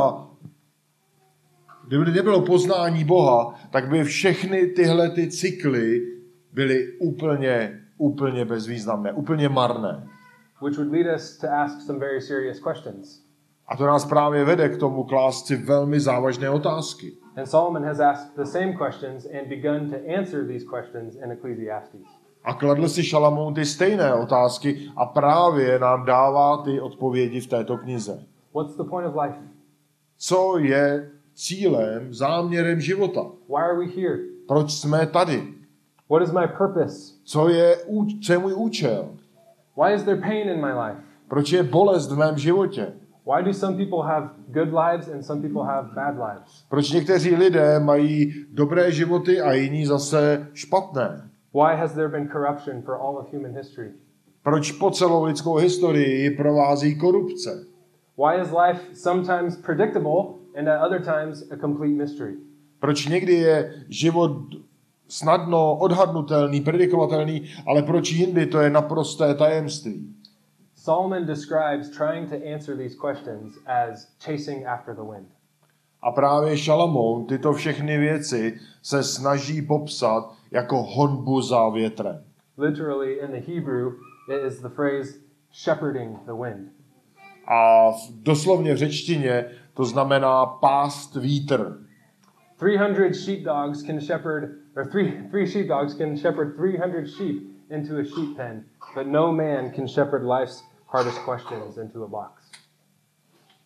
Speaker 2: nebylo poznání Boha, tak by všechny tyhle ty cykly byly úplně bezvýznamné, úplně marné.
Speaker 1: Which would lead us to ask some very serious questions.
Speaker 2: A to nás právě vede k tomu klást si velmi závažné otázky.
Speaker 1: And Solomon has asked the same questions and begun to answer these questions in Ecclesiastes.
Speaker 2: A kladl si Šalamoun ty stejné otázky a právě nám dává ty odpovědi v této knize.
Speaker 1: What's the point of life?
Speaker 2: Co je cílem, záměrem života?
Speaker 1: Why are we here?
Speaker 2: Proč jsme tady?
Speaker 1: What is my purpose?
Speaker 2: Co je můj účel?
Speaker 1: Why is there pain in my life?
Speaker 2: Proč je bolest v mém životě?
Speaker 1: Why do some people have good lives and some people have bad lives?
Speaker 2: Proč někteří lidé mají dobré životy a jiní zase špatné?
Speaker 1: Why has there been corruption for all of human history?
Speaker 2: Proč po celou lidskou historii provází korupce?
Speaker 1: Why is life sometimes predictable and at other times a complete mystery?
Speaker 2: Proč někdy je život snadno odhadnutelný, predikovatelný, ale proč jindy to je naprosté tajemství?
Speaker 1: Solomon describes trying to answer these questions as chasing after the wind.
Speaker 2: A právě Šalamoun tyto všechny věci se snaží popsat jako honbu za větrem.
Speaker 1: Literally in the Hebrew, it is the phrase shepherding the wind.
Speaker 2: A doslovně v řečtině to znamená pást vítr.
Speaker 1: 300 sheepdogs can shepherd, or three sheepdogs can shepherd 300 sheep into a sheep pen, but no man can shepherd life's hardest questions into a box.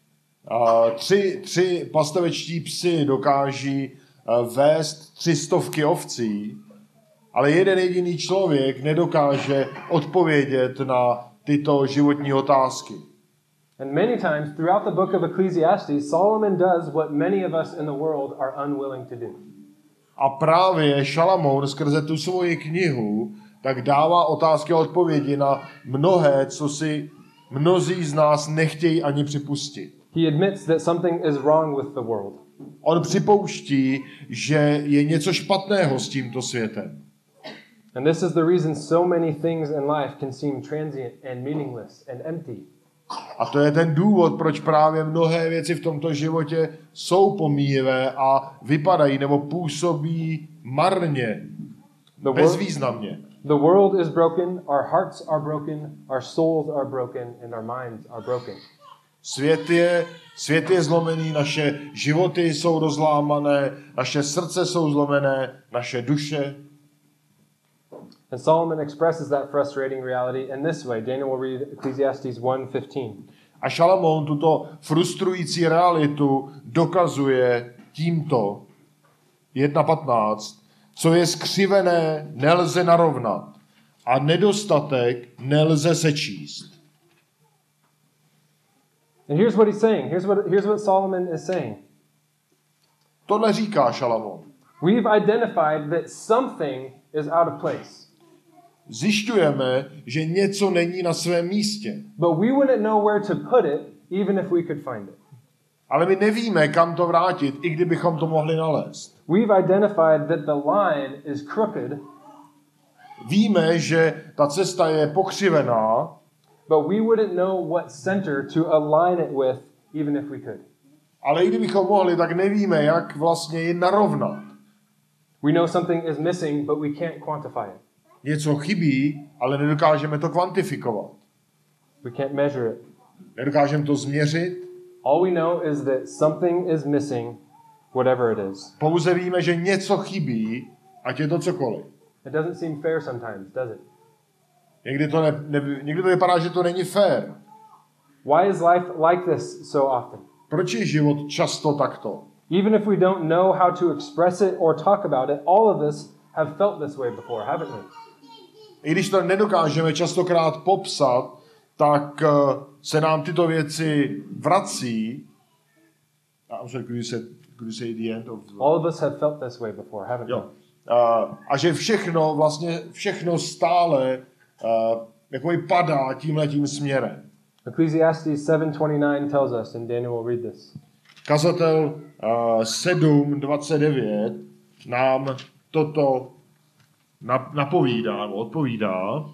Speaker 2: Tři pastevečtí psy dokáží vést 300 ovcí, ale jeden jediný člověk nedokáže odpovědět na tyto životní otázky.
Speaker 1: And many times throughout the book of Ecclesiastes, Solomon does what many of us in the world are unwilling to do.
Speaker 2: A právě Šalamoun skrze tu svoji knihu tak dává otázky a odpovědi na mnohé, co si mnozí z nás nechtějí ani připustit.
Speaker 1: He admits that something is wrong with the world.
Speaker 2: On připouští, že je něco špatného s tímto světem.
Speaker 1: And this is the reason so many things in life can seem transient and meaningless and empty.
Speaker 2: A to je ten důvod, proč právě mnohé věci v tomto životě jsou pomíjivé a vypadají nebo působí marně, bezvýznamně.
Speaker 1: The world is broken, our hearts are broken, our souls are broken, and our minds are broken.
Speaker 2: Svět je zlomený, naše životy jsou rozlámané, naše srdce jsou zlomené, naše duše.
Speaker 1: And Solomon expresses that frustrating reality in this way. Daniel will read Ecclesiastes 1:15.
Speaker 2: A Šalamoun tuto frustrující realitu dokazuje tímto 1:15. Co je skřivené, nelze narovnat a nedostatek nelze sečíst.
Speaker 1: And here's what he's saying. Here's what Solomon is saying.
Speaker 2: Tohle říká Šalamoun.
Speaker 1: We've identified that something is out of place.
Speaker 2: Zjišťujeme, že něco není na svém místě.
Speaker 1: But we wouldn't know where to put it even if we could find it.
Speaker 2: Ale my nevíme, kam to vrátit, i kdybychom to mohli nalézt.
Speaker 1: We've identified that the line is crooked.
Speaker 2: Víme, že ta cesta je pokřivená,
Speaker 1: but we wouldn't know what center to align it with even if we could.
Speaker 2: Ale i kdybychom mohli, tak nevíme, jak vlastně ji narovnat.
Speaker 1: We know something is missing, but we can't quantify it.
Speaker 2: Něco chybí, ale nedokážeme to kvantifikovat.
Speaker 1: We can't measure it.
Speaker 2: Nedokážeme to změřit.
Speaker 1: All we know is that something is missing, whatever it is.
Speaker 2: Pouze víme, že něco chybí, ať je to cokoliv.
Speaker 1: It doesn't seem fair sometimes, does it?
Speaker 2: Někdy to vypadá, že to není fair.
Speaker 1: Why is life like this so often?
Speaker 2: Proč je život často takto?
Speaker 1: Even if we don't know how to express it or talk about it, all of us have felt this way before, haven't we?
Speaker 2: I když to nedokážeme častokrát popsat, tak se nám tyto věci vrací. I'm sorry, could you say the end of...
Speaker 1: All of us have felt this way before, haven't we?
Speaker 2: A že všechno stále jako padá tímhletím směrem.
Speaker 1: Ecclesiastes 7:29 tells us, and Daniel will read this.
Speaker 2: Kazatel 7:29 nám toto napovídá, odpovídá.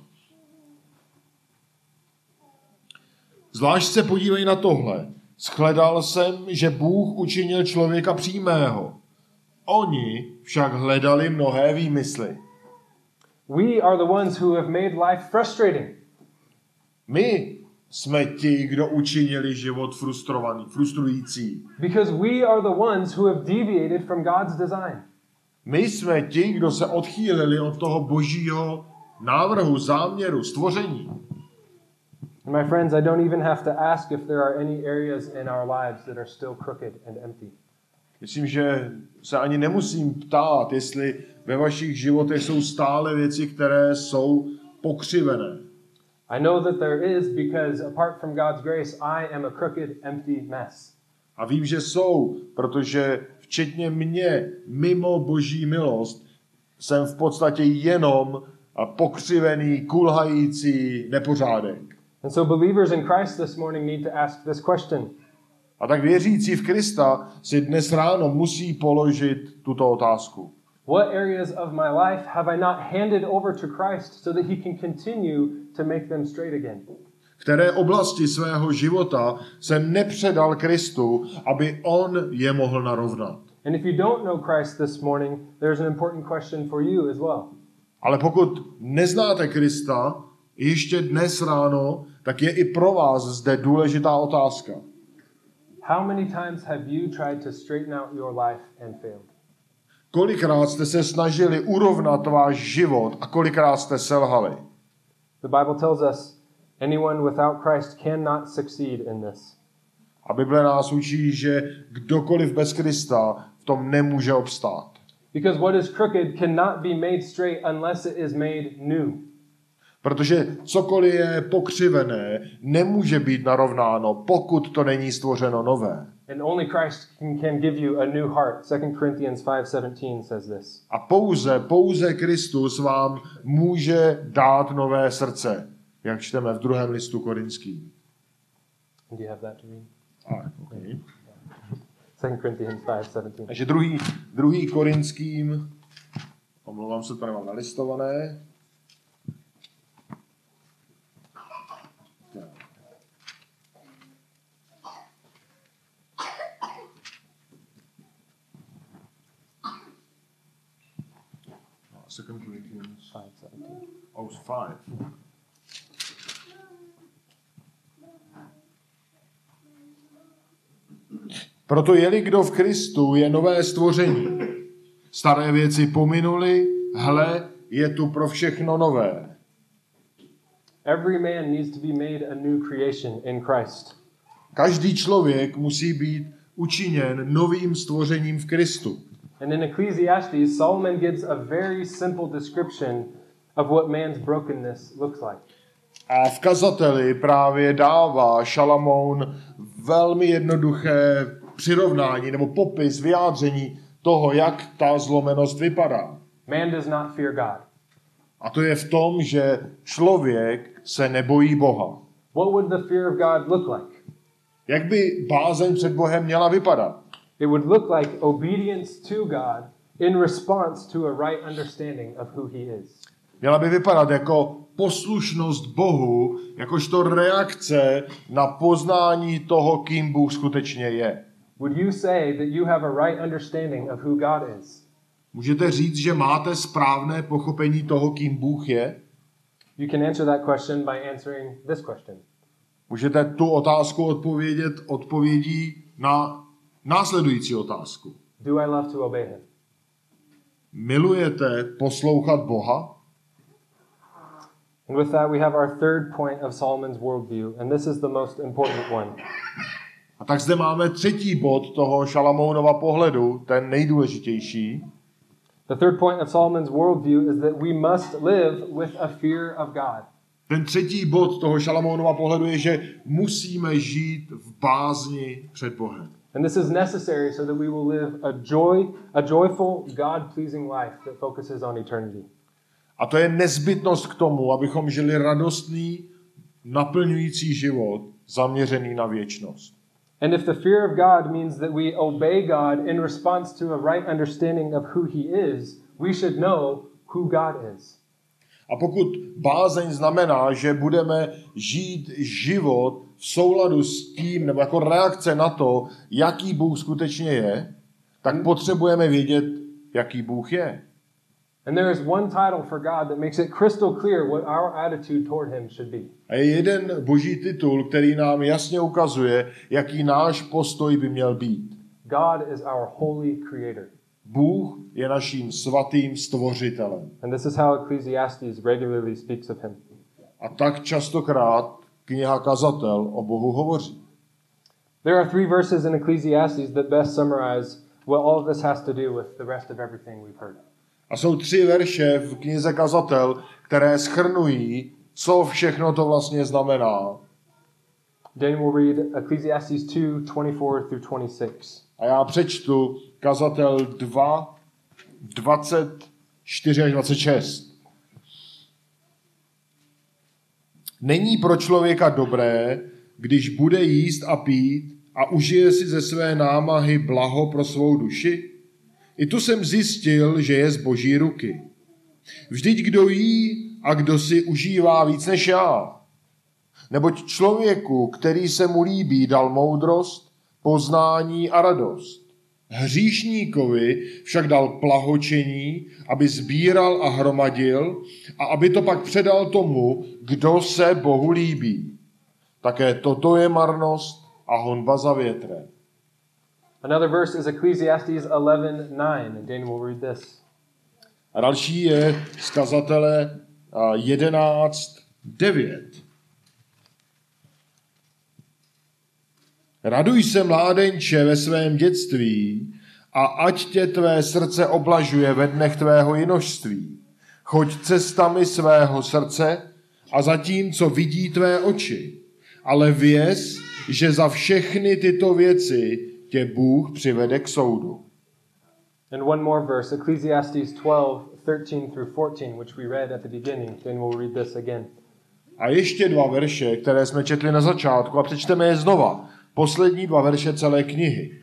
Speaker 2: Zvlášť se podívej na tohle. Shledal jsem, že Bůh učinil člověka přímého. Oni však hledali mnohé výmysly.
Speaker 1: We are the ones who have made life frustrating.
Speaker 2: My jsme ti, kdo učinili život frustrující.
Speaker 1: Because we are the ones who have deviated from God's design.
Speaker 2: My jsme ti, kdo se odchýlili od toho božího návrhu, záměru, stvoření.
Speaker 1: And my friends, I don't even have to ask if there are any areas in our lives that are still crooked and empty.
Speaker 2: Myslím, že se ani nemusím ptát, jestli ve vašich životech jsou stále věci, které jsou pokřivené.
Speaker 1: I know that there is because apart from God's grace, I am a crooked, empty mess.
Speaker 2: A vím, že jsou, protože včetně mě, mimo boží milost, jsem v podstatě jenom pokřivený, kulhající nepořádek.
Speaker 1: And so believers in Christ this morning need to ask this question.
Speaker 2: A tak věřící v Krista si dnes ráno musí položit tuto otázku.
Speaker 1: What areas of my life have I not handed over to Christ so that he can continue to make them straight again?
Speaker 2: Které oblasti svého života jsem nepředal Kristu, aby on je mohl narovnat.
Speaker 1: And if you don't know Christ this morning, there's an important question for you as well.
Speaker 2: Ale pokud neznáte Krista, ještě dnes ráno, tak je i pro vás zde důležitá otázka.
Speaker 1: How many times have you tried to straighten out your life and failed?
Speaker 2: Kolikrát jste se snažili urovnat váš život a kolikrát jste selhali?
Speaker 1: The Bible tells us anyone without Christ cannot succeed in this.
Speaker 2: A Bible nás učí, že kdokoliv bez Krista v tom nemůže obstát.
Speaker 1: Because what is crooked cannot be made straight unless it is made new.
Speaker 2: Protože cokoliv je pokřivené, nemůže být narovnáno, pokud to není stvořeno nové.
Speaker 1: And only Christ can give you a new heart. 2 Corinthians 5:17 says this.
Speaker 2: A pouze Kristus vám může dát nové srdce, jak čteme v 2. listu Korinským.
Speaker 1: Do you have that to read?
Speaker 2: Okay.
Speaker 1: 2 Corinthians 5:17.
Speaker 2: Takže druhý Korinským, omlouvám se, to nemám nalistované. Second Corinthians
Speaker 1: 5:17.
Speaker 2: Oh, 5. Proto je-li kdo v Kristu, je nové stvoření. Staré věci pominuly, hle, je tu pro všechno nové.
Speaker 1: Every man needs to be made a new creation in Christ.
Speaker 2: Každý člověk musí být učiněn novým stvořením v Kristu.
Speaker 1: And in Ecclesiastes, Solomon gives a very simple description of what man's brokenness looks like.
Speaker 2: A v kazateli právě dává Šalamoun velmi jednoduché přirovnání nebo popis, vyjádření toho, jak ta zlomenost vypadá.
Speaker 1: Man does not fear God.
Speaker 2: A to je v tom, že člověk se nebojí Boha.
Speaker 1: What would the fear of God look like?
Speaker 2: Jak by bázeň před Bohem měla vypadat?
Speaker 1: It would look like obedience to God in response to a right understanding of who he is.
Speaker 2: Měla by vypadat jako poslušnost Bohu, jakožto reakce na poznání toho, kým Bůh skutečně je.
Speaker 1: Would you say that you have a right understanding of who God is?
Speaker 2: Můžete říct, že máte správné pochopení toho, kým Bůh je?
Speaker 1: You can answer that question by answering this question.
Speaker 2: Můžete tu otázku odpovědět odpovědí na následující otázku.
Speaker 1: Do I love to obey him?
Speaker 2: Milujete poslouchat Boha?
Speaker 1: And with that, we have our third point of Solomon's worldview, and this is the most important one.
Speaker 2: A tak zde máme třetí bod toho Šalamounova pohledu, ten nejdůležitější.
Speaker 1: The third point of Solomon's worldview is that we must live with a fear of God.
Speaker 2: Ten třetí bod toho Šalamounova pohledu je, že musíme žít v bázni před Bohem.
Speaker 1: And this is necessary so that we will live a joyful, God-pleasing life that focuses on eternity.
Speaker 2: A to je nezbytnost k tomu, abychom žili radostný, naplňující život, zaměřený na věčnost.
Speaker 1: And if the fear of God means that we obey God in response to a right understanding of who he is, we should know who God is.
Speaker 2: A pokud bázeň znamená, že budeme žít život v souladu s tím, nebo jako reakce na to, jaký Bůh skutečně je, tak potřebujeme vědět, jaký Bůh je.
Speaker 1: And there is one title for God that makes it crystal clear what our attitude toward him should be.
Speaker 2: A je jeden boží titul, který nám jasně ukazuje, jaký náš postoj by měl být.
Speaker 1: God is our holy creator.
Speaker 2: Bůh je naším svatým stvořitelem.
Speaker 1: And this is how Ecclesiastes regularly speaks of him.
Speaker 2: A tak častokrát kniha Kazatel o Bohu hovoří.
Speaker 1: There are 3 verses in Ecclesiastes that best summarize what all of this has to do with the rest of everything we've heard.
Speaker 2: A jsou 3 verše v knize Kazatel, které shrnují, co všechno to vlastně znamená.
Speaker 1: Daniel will read Ecclesiastes 2:24 through 26.
Speaker 2: A já přečtu Kazatel 2, 24 až 26. Není pro člověka dobré, když bude jíst a pít a užije si ze své námahy blaho pro svou duši? I tu jsem zjistil, že je z Boží ruky. Vždyť kdo jí a kdo si užívá víc než já. Neboť člověku, který se mu líbí, dal moudrost, poznání a radost. Hříšníkovi však dal plahočení, aby sbíral a hromadil a aby to pak předal tomu, kdo se Bohu líbí. Také toto je marnost a honba za větrem.
Speaker 1: Another verse is Ecclesiastes 11:9, and Daniel will read this.
Speaker 2: A další je z Kazatele 11:9. Raduj se, mládenče, ve svém dětství a ať tě tvé srdce oblažuje ve dnech tvého jinožství. Choď cestami svého srdce a za tím, co vidí tvé oči. Ale věz, že za všechny tyto věci tě Bůh přivede k soudu.
Speaker 1: And one more verse, Ecclesiastes 12:13-14, which we read at the beginning. Then we'll read this again.
Speaker 2: A ještě 2 verše, které jsme četli na začátku a přečteme je znova. Poslední 2 verše celé knihy.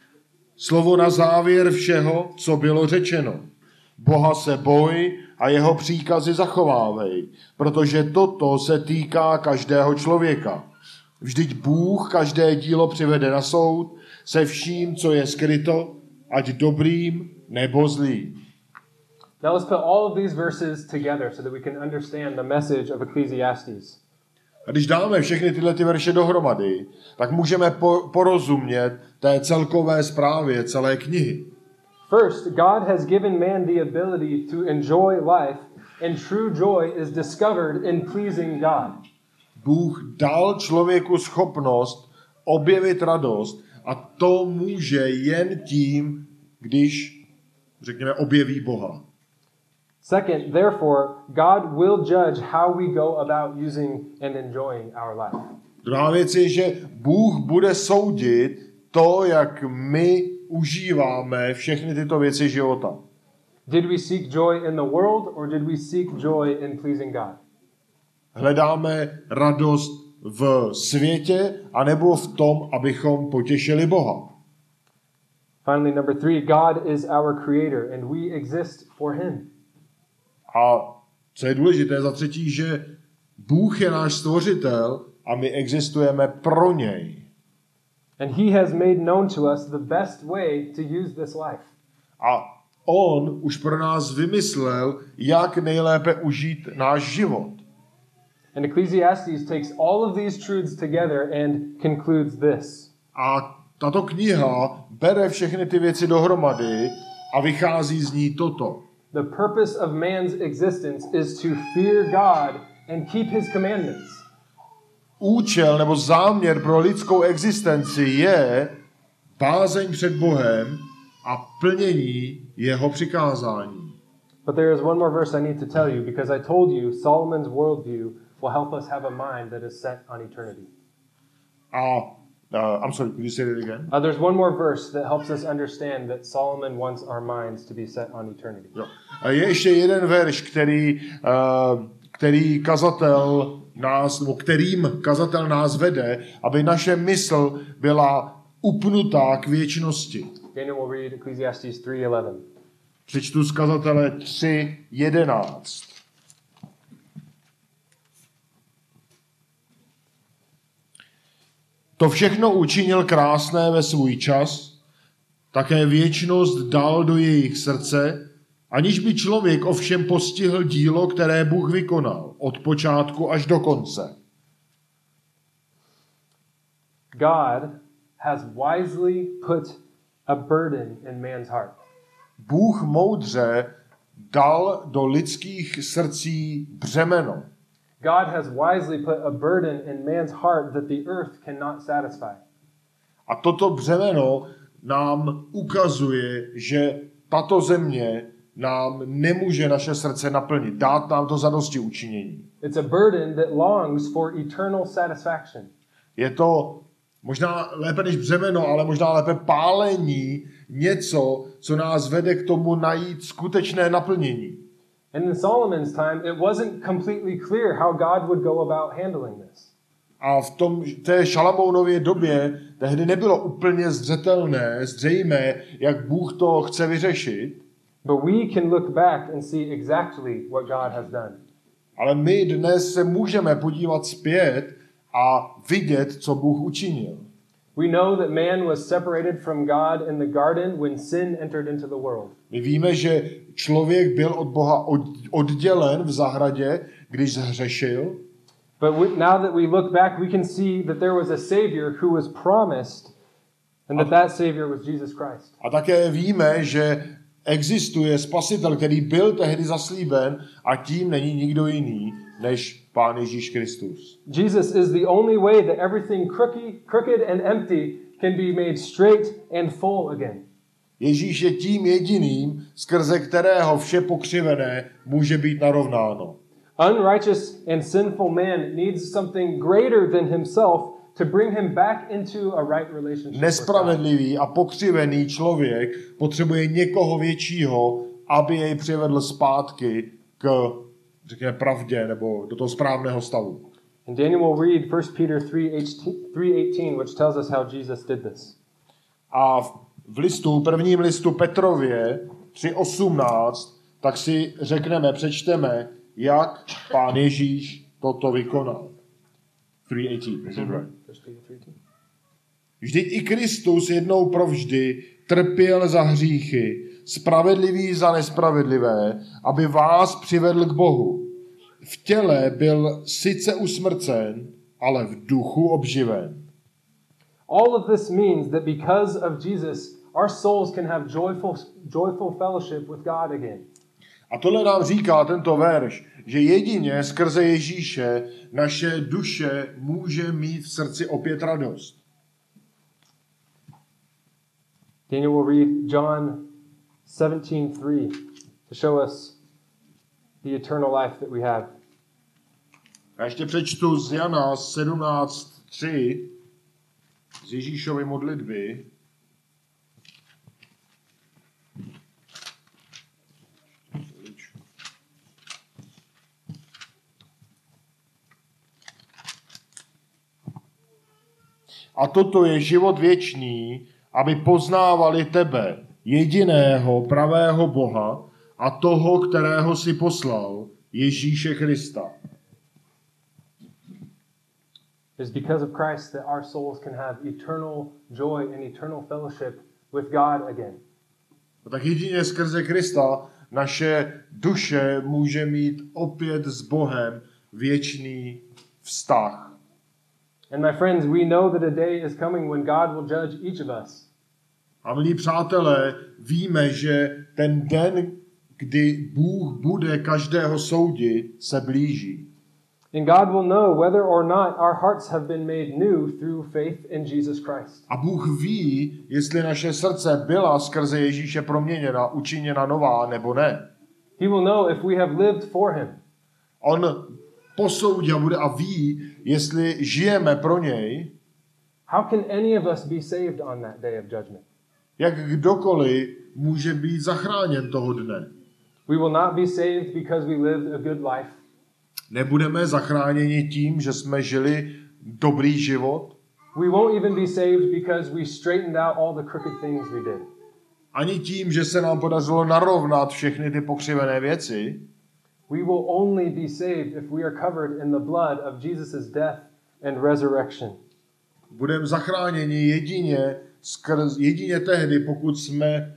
Speaker 2: Slovo na závěr všeho, co bylo řečeno. Boha se boj a jeho příkazy zachovávej, protože toto se týká každého člověka. Vždyť Bůh každé dílo přivede na soud se vším, co je skryto, ať dobrým nebo zlým.
Speaker 1: Now let's put all of these verses together so that we can understand the message of Ecclesiastes.
Speaker 2: A když dáme všechny tyhle ty verše dohromady, tak můžeme porozumět té celkové zprávě celé knihy.
Speaker 1: First, God has given man the ability to enjoy life, and true joy is discovered in pleasing God.
Speaker 2: Bůh dal člověku schopnost objevit radost a to může jen tím, když, řekněme, objeví Boha.
Speaker 1: Second, therefore, God will judge how we go about using and enjoying our life.
Speaker 2: Druhá věc je, že Bůh bude soudit to, jak my užíváme všechny tyto věci života.
Speaker 1: Did we seek joy in the world, or did we seek joy in pleasing God?
Speaker 2: Hledáme radost v světě, anebo v tom, abychom potěšili Boha.
Speaker 1: Finally, number 3, God is our creator, and we exist for him.
Speaker 2: A co je důležité za třetí, že Bůh je náš stvořitel a my existujeme pro něj.
Speaker 1: And he has made known to us the best way to use this life.
Speaker 2: A on už pro nás vymyslel, jak nejlépe užít náš život.
Speaker 1: And Ecclesiastes takes all of these truths together and concludes this.
Speaker 2: A tato kniha bere všechny ty věci dohromady a vychází z ní toto.
Speaker 1: The purpose of man's existence is to fear God and keep his commandments.
Speaker 2: Účel nebo záměr pro lidskou existenci je bázeň před Bohem a plnění jeho přikázání.
Speaker 1: But there is one more verse I need to tell you, because I told you Solomon's worldview will help us have a mind that is set on eternity.
Speaker 2: I'm sorry, could you say that again?
Speaker 1: There's one more verse that helps us understand that Solomon wants our minds to be set on eternity.
Speaker 2: Jo. Je ještě jeden verš, kterým kazatel nás vede, aby naše mysl byla upnutá k věčnosti.
Speaker 1: Daniel will read Ecclesiastes 3:11.
Speaker 2: Přečtu z kazatele 3:11. To všechno učinil krásné ve svůj čas, také věčnost dal do jejich srdce, aniž by člověk ovšem postihl dílo, které Bůh vykonal, od počátku až do konce.
Speaker 1: God has wisely put a burden in man's heart.
Speaker 2: Bůh moudře dal do lidských srdcí břemeno.
Speaker 1: God has wisely put a burden in man's heart that the earth cannot satisfy.
Speaker 2: A toto břemeno nám ukazuje, že tato země nám nemůže naše srdce naplnit, dát nám to zadosti učinění.
Speaker 1: It's a burden that longs for eternal satisfaction.
Speaker 2: Je to možná lépe než břemeno, ale možná lépe pálení, něco, co nás vede k tomu najít skutečné naplnění.
Speaker 1: And in Solomon's time, it wasn't completely clear how God would go about handling this.
Speaker 2: A v té Šalamounově době tehdy nebylo úplně zřejmé, jak Bůh to chce vyřešit.
Speaker 1: But we can look back and see exactly what God has done.
Speaker 2: Ale my dnes se můžeme podívat zpět a vidět, co Bůh učinil.
Speaker 1: We know that man was separated from God in the garden when sin entered into the world.
Speaker 2: My víme, že člověk byl od Boha oddělen v zahradě, když zhřešil.
Speaker 1: But now that we look back, we can see that there was a Savior who was promised, and that Savior was Jesus Christ.
Speaker 2: A také víme, že existuje spasitel, který byl tehdy zaslíben a tím není nikdo jiný než Pán Ježíš Kristus.
Speaker 1: Jesus is the only way that everything crooked and empty can be made straight and full again.
Speaker 2: Ježíš je tím jediným, skrze kterého vše pokřivené může být narovnáno.
Speaker 1: Unrighteous and sinful man needs something greater than himself to bring him back into a right relationship.
Speaker 2: Nespravedlivý a pokřivený člověk potřebuje někoho většího, aby jej přivedl zpátky k, řekněme, pravdě nebo do toho správného stavu.
Speaker 1: And Daniel will read 1 Peter 3:18, which tells us how Jesus did this.
Speaker 2: A v prvním listu Petrově 3:18, tak si přečteme, jak Pán Ježíš toto vykonal. 3:18, is it right? Vždyť i Kristus jednou provždy trpěl za hříchy, spravedlivý za nespravedlivé, aby vás přivedl k Bohu. V těle byl sice usmrcen, ale v duchu obživen.
Speaker 1: All of this means that because of Jesus, our souls can have joyful fellowship with God again.
Speaker 2: A tohle nám říká tento verš, že jedině skrze Ježíše naše duše může mít v srdci opět radost.
Speaker 1: Daniel will read John 17:3 to show us the eternal life that we have.
Speaker 2: A ještě přečtu z Jana 17:3 z Ježíšovy modlitby. A toto je život věčný, aby poznávali tebe, jediného pravého Boha a toho, kterého si poslal, Ježíše Krista.
Speaker 1: It is because of Christ that our souls can have eternal joy and eternal fellowship with God again.
Speaker 2: A tak jedině skrze Krista naše duše může mít opět s Bohem věčný vztah.
Speaker 1: And my friends, we know that a day is coming when God will judge each of us.
Speaker 2: A milí přátelé, víme, že ten den, kdy Bůh bude každého soudit, se blíží.
Speaker 1: And God will know whether or not our hearts have been made new through faith in Jesus Christ.
Speaker 2: A Bůh ví, jestli naše srdce byla skrze Ježíše proměněna, učiněna nová, nebo ne.
Speaker 1: He will know if we have lived for him.
Speaker 2: On posoudí a bude a ví, jestli žijeme pro něj.
Speaker 1: How can any of us be saved on that day of judgment?
Speaker 2: Jak kdokoliv může být zachráněn toho dne.
Speaker 1: We will not be saved because we lived a good life.
Speaker 2: Nebudeme zachráněni tím, že jsme žili dobrý život.
Speaker 1: We won't even be saved because we straightened out all the crooked things we did.
Speaker 2: Ani tím, že se nám podařilo narovnat všechny ty pokřivené věci.
Speaker 1: We will only be saved if we are covered in the blood of Jesus' death and resurrection.
Speaker 2: Budeme zachráněni jedině tehdy, pokud jsme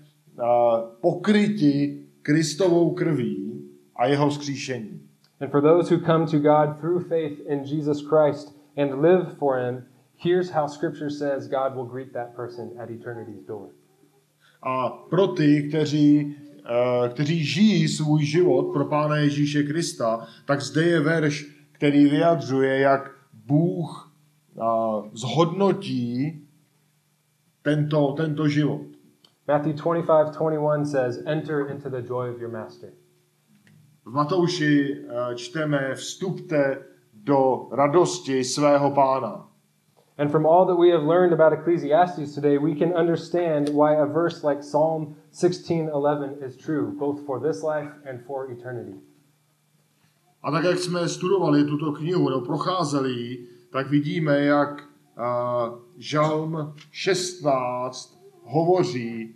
Speaker 2: pokryti Kristovou krví a jeho vzkříšení.
Speaker 1: And for those who come to God through faith in Jesus Christ and live for him, here's how Scripture says God will greet that person at eternity's door.
Speaker 2: A pro ty, kteří žijí svůj život pro Pána Ježíše Krista, tak zde je verš, který vyjadřuje, jak Bůh zhodnotí tento život.
Speaker 1: Matthew 25:21 says, "Enter into the joy of your master."
Speaker 2: V Matouši čteme, vstupte do radosti svého Pána.
Speaker 1: And from all that we have learned about Ecclesiastes today, we can understand why a verse like Psalm 16:11 is true, both for this life and for eternity.
Speaker 2: A tak, jak jsme studovali tuto knihu, nebo procházeli ji, tak vidíme, jak Žalm 16 hovoří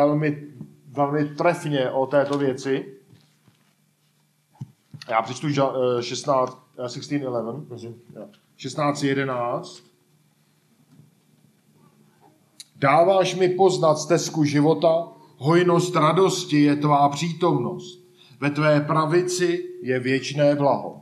Speaker 2: velmi trefně o této věci. Já přečtu 16:11. Dáváš mi poznat stezku života, hojnost radosti je tvá přítomnost. Ve tvé pravici je věčné blaho.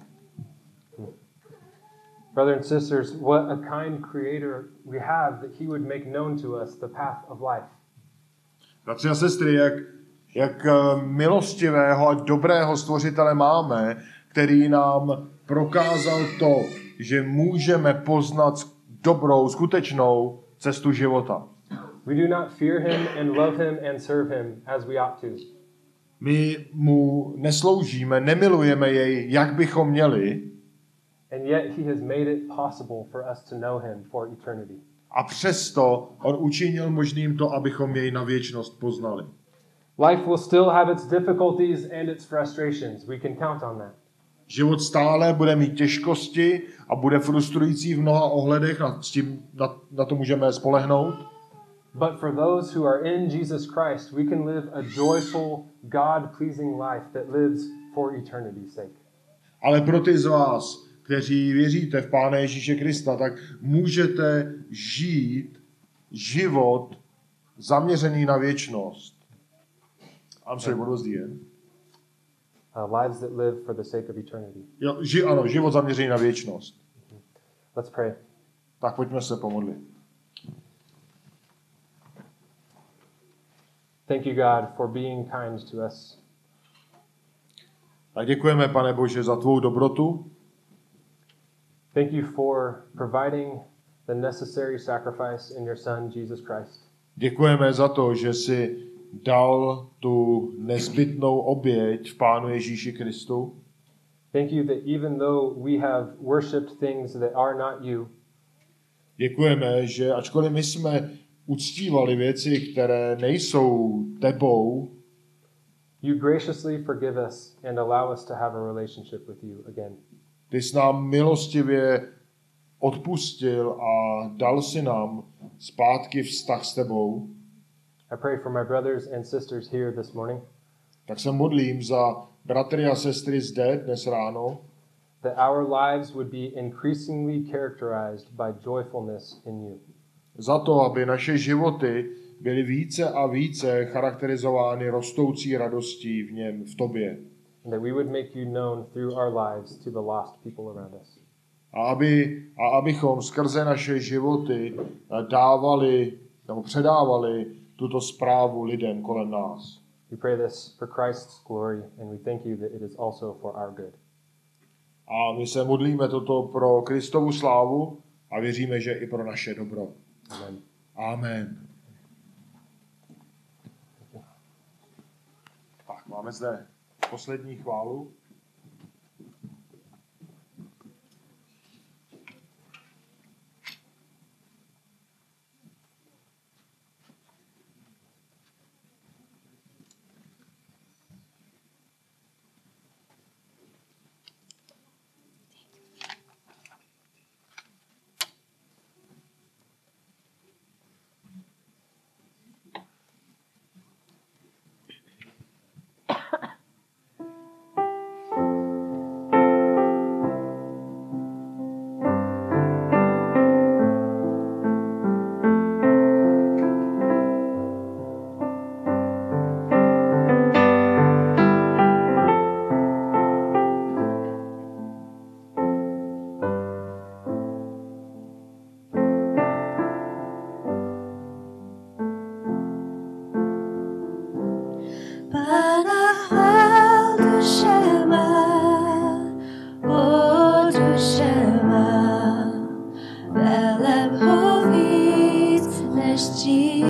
Speaker 1: Brothers and sisters, what a kind creator we have that he would make known to us the path of life.
Speaker 2: Bratři a sestry, jak Jak milostivého a dobrého stvořitele máme, který nám prokázal to, že můžeme poznat dobrou, skutečnou cestu života.
Speaker 1: We do not fear him and love him and serve him as we ought to.
Speaker 2: My mu nesloužíme, nemilujeme jej, jak bychom měli,
Speaker 1: And yet he has made it possible for us to know him for eternity.
Speaker 2: a přesto on učinil možným to, abychom jej na věčnost poznali.
Speaker 1: Life will still have its difficulties and its frustrations. We can count on that.
Speaker 2: Život stále bude mít těžkosti a bude frustrující v mnoha ohledech, na to můžeme spolehnout.
Speaker 1: But for those who are in Jesus Christ, we can live a joyful, God-pleasing life that lives for eternity's sake.
Speaker 2: Ale pro ty z vás, kteří věříte v Pána Ježíše Krista, tak můžete žít život zaměřený na věčnost. I'm sorry, what was the end?
Speaker 1: Lives that live for the sake of eternity.
Speaker 2: Jo, ano, život zaměřený na věčnost.
Speaker 1: Let's pray.
Speaker 2: Tak pojďme se pomodlit.
Speaker 1: Thank you, God, for being kind to us.
Speaker 2: Tak děkujeme, Pane Bože, za tvou dobrotu.
Speaker 1: Thank you for providing the necessary sacrifice in your Son, Jesus Christ.
Speaker 2: Děkujeme za to, že jsi dal tu nezbytnou oběť v Pánu Ježíši Kristu.
Speaker 1: Thank you that even though we have worshipped things that are not you,
Speaker 2: Děkujeme, že ačkoliv my jsme uctívali věci, které nejsou tebou,
Speaker 1: you graciously forgive us and allow us to have a relationship with you again.
Speaker 2: ty jsi nám milostivě odpustil a dal si nám zpátky vztah s tebou.
Speaker 1: I pray for my brothers and sisters here this morning
Speaker 2: Tak se modlím za bratry a sestry zde dnes ráno,
Speaker 1: that our lives would be increasingly characterized by joyfulness in you.
Speaker 2: za to, aby naše životy byly více a více charakterizovány rostoucí radostí v něm, v tobě.
Speaker 1: And that we would make you known through our lives to the lost people around us.
Speaker 2: A abychom skrze naše životy dávali nebo předávali tuto zprávu lidem kolem nás.
Speaker 1: We pray this for Christ's glory, and we thank you that it is also for our good.
Speaker 2: A my se modlíme toto pro Kristovu slávu a věříme, že i pro naše dobro.
Speaker 1: Amen.
Speaker 2: Amen. Tak, máme zde poslední chválu.
Speaker 3: But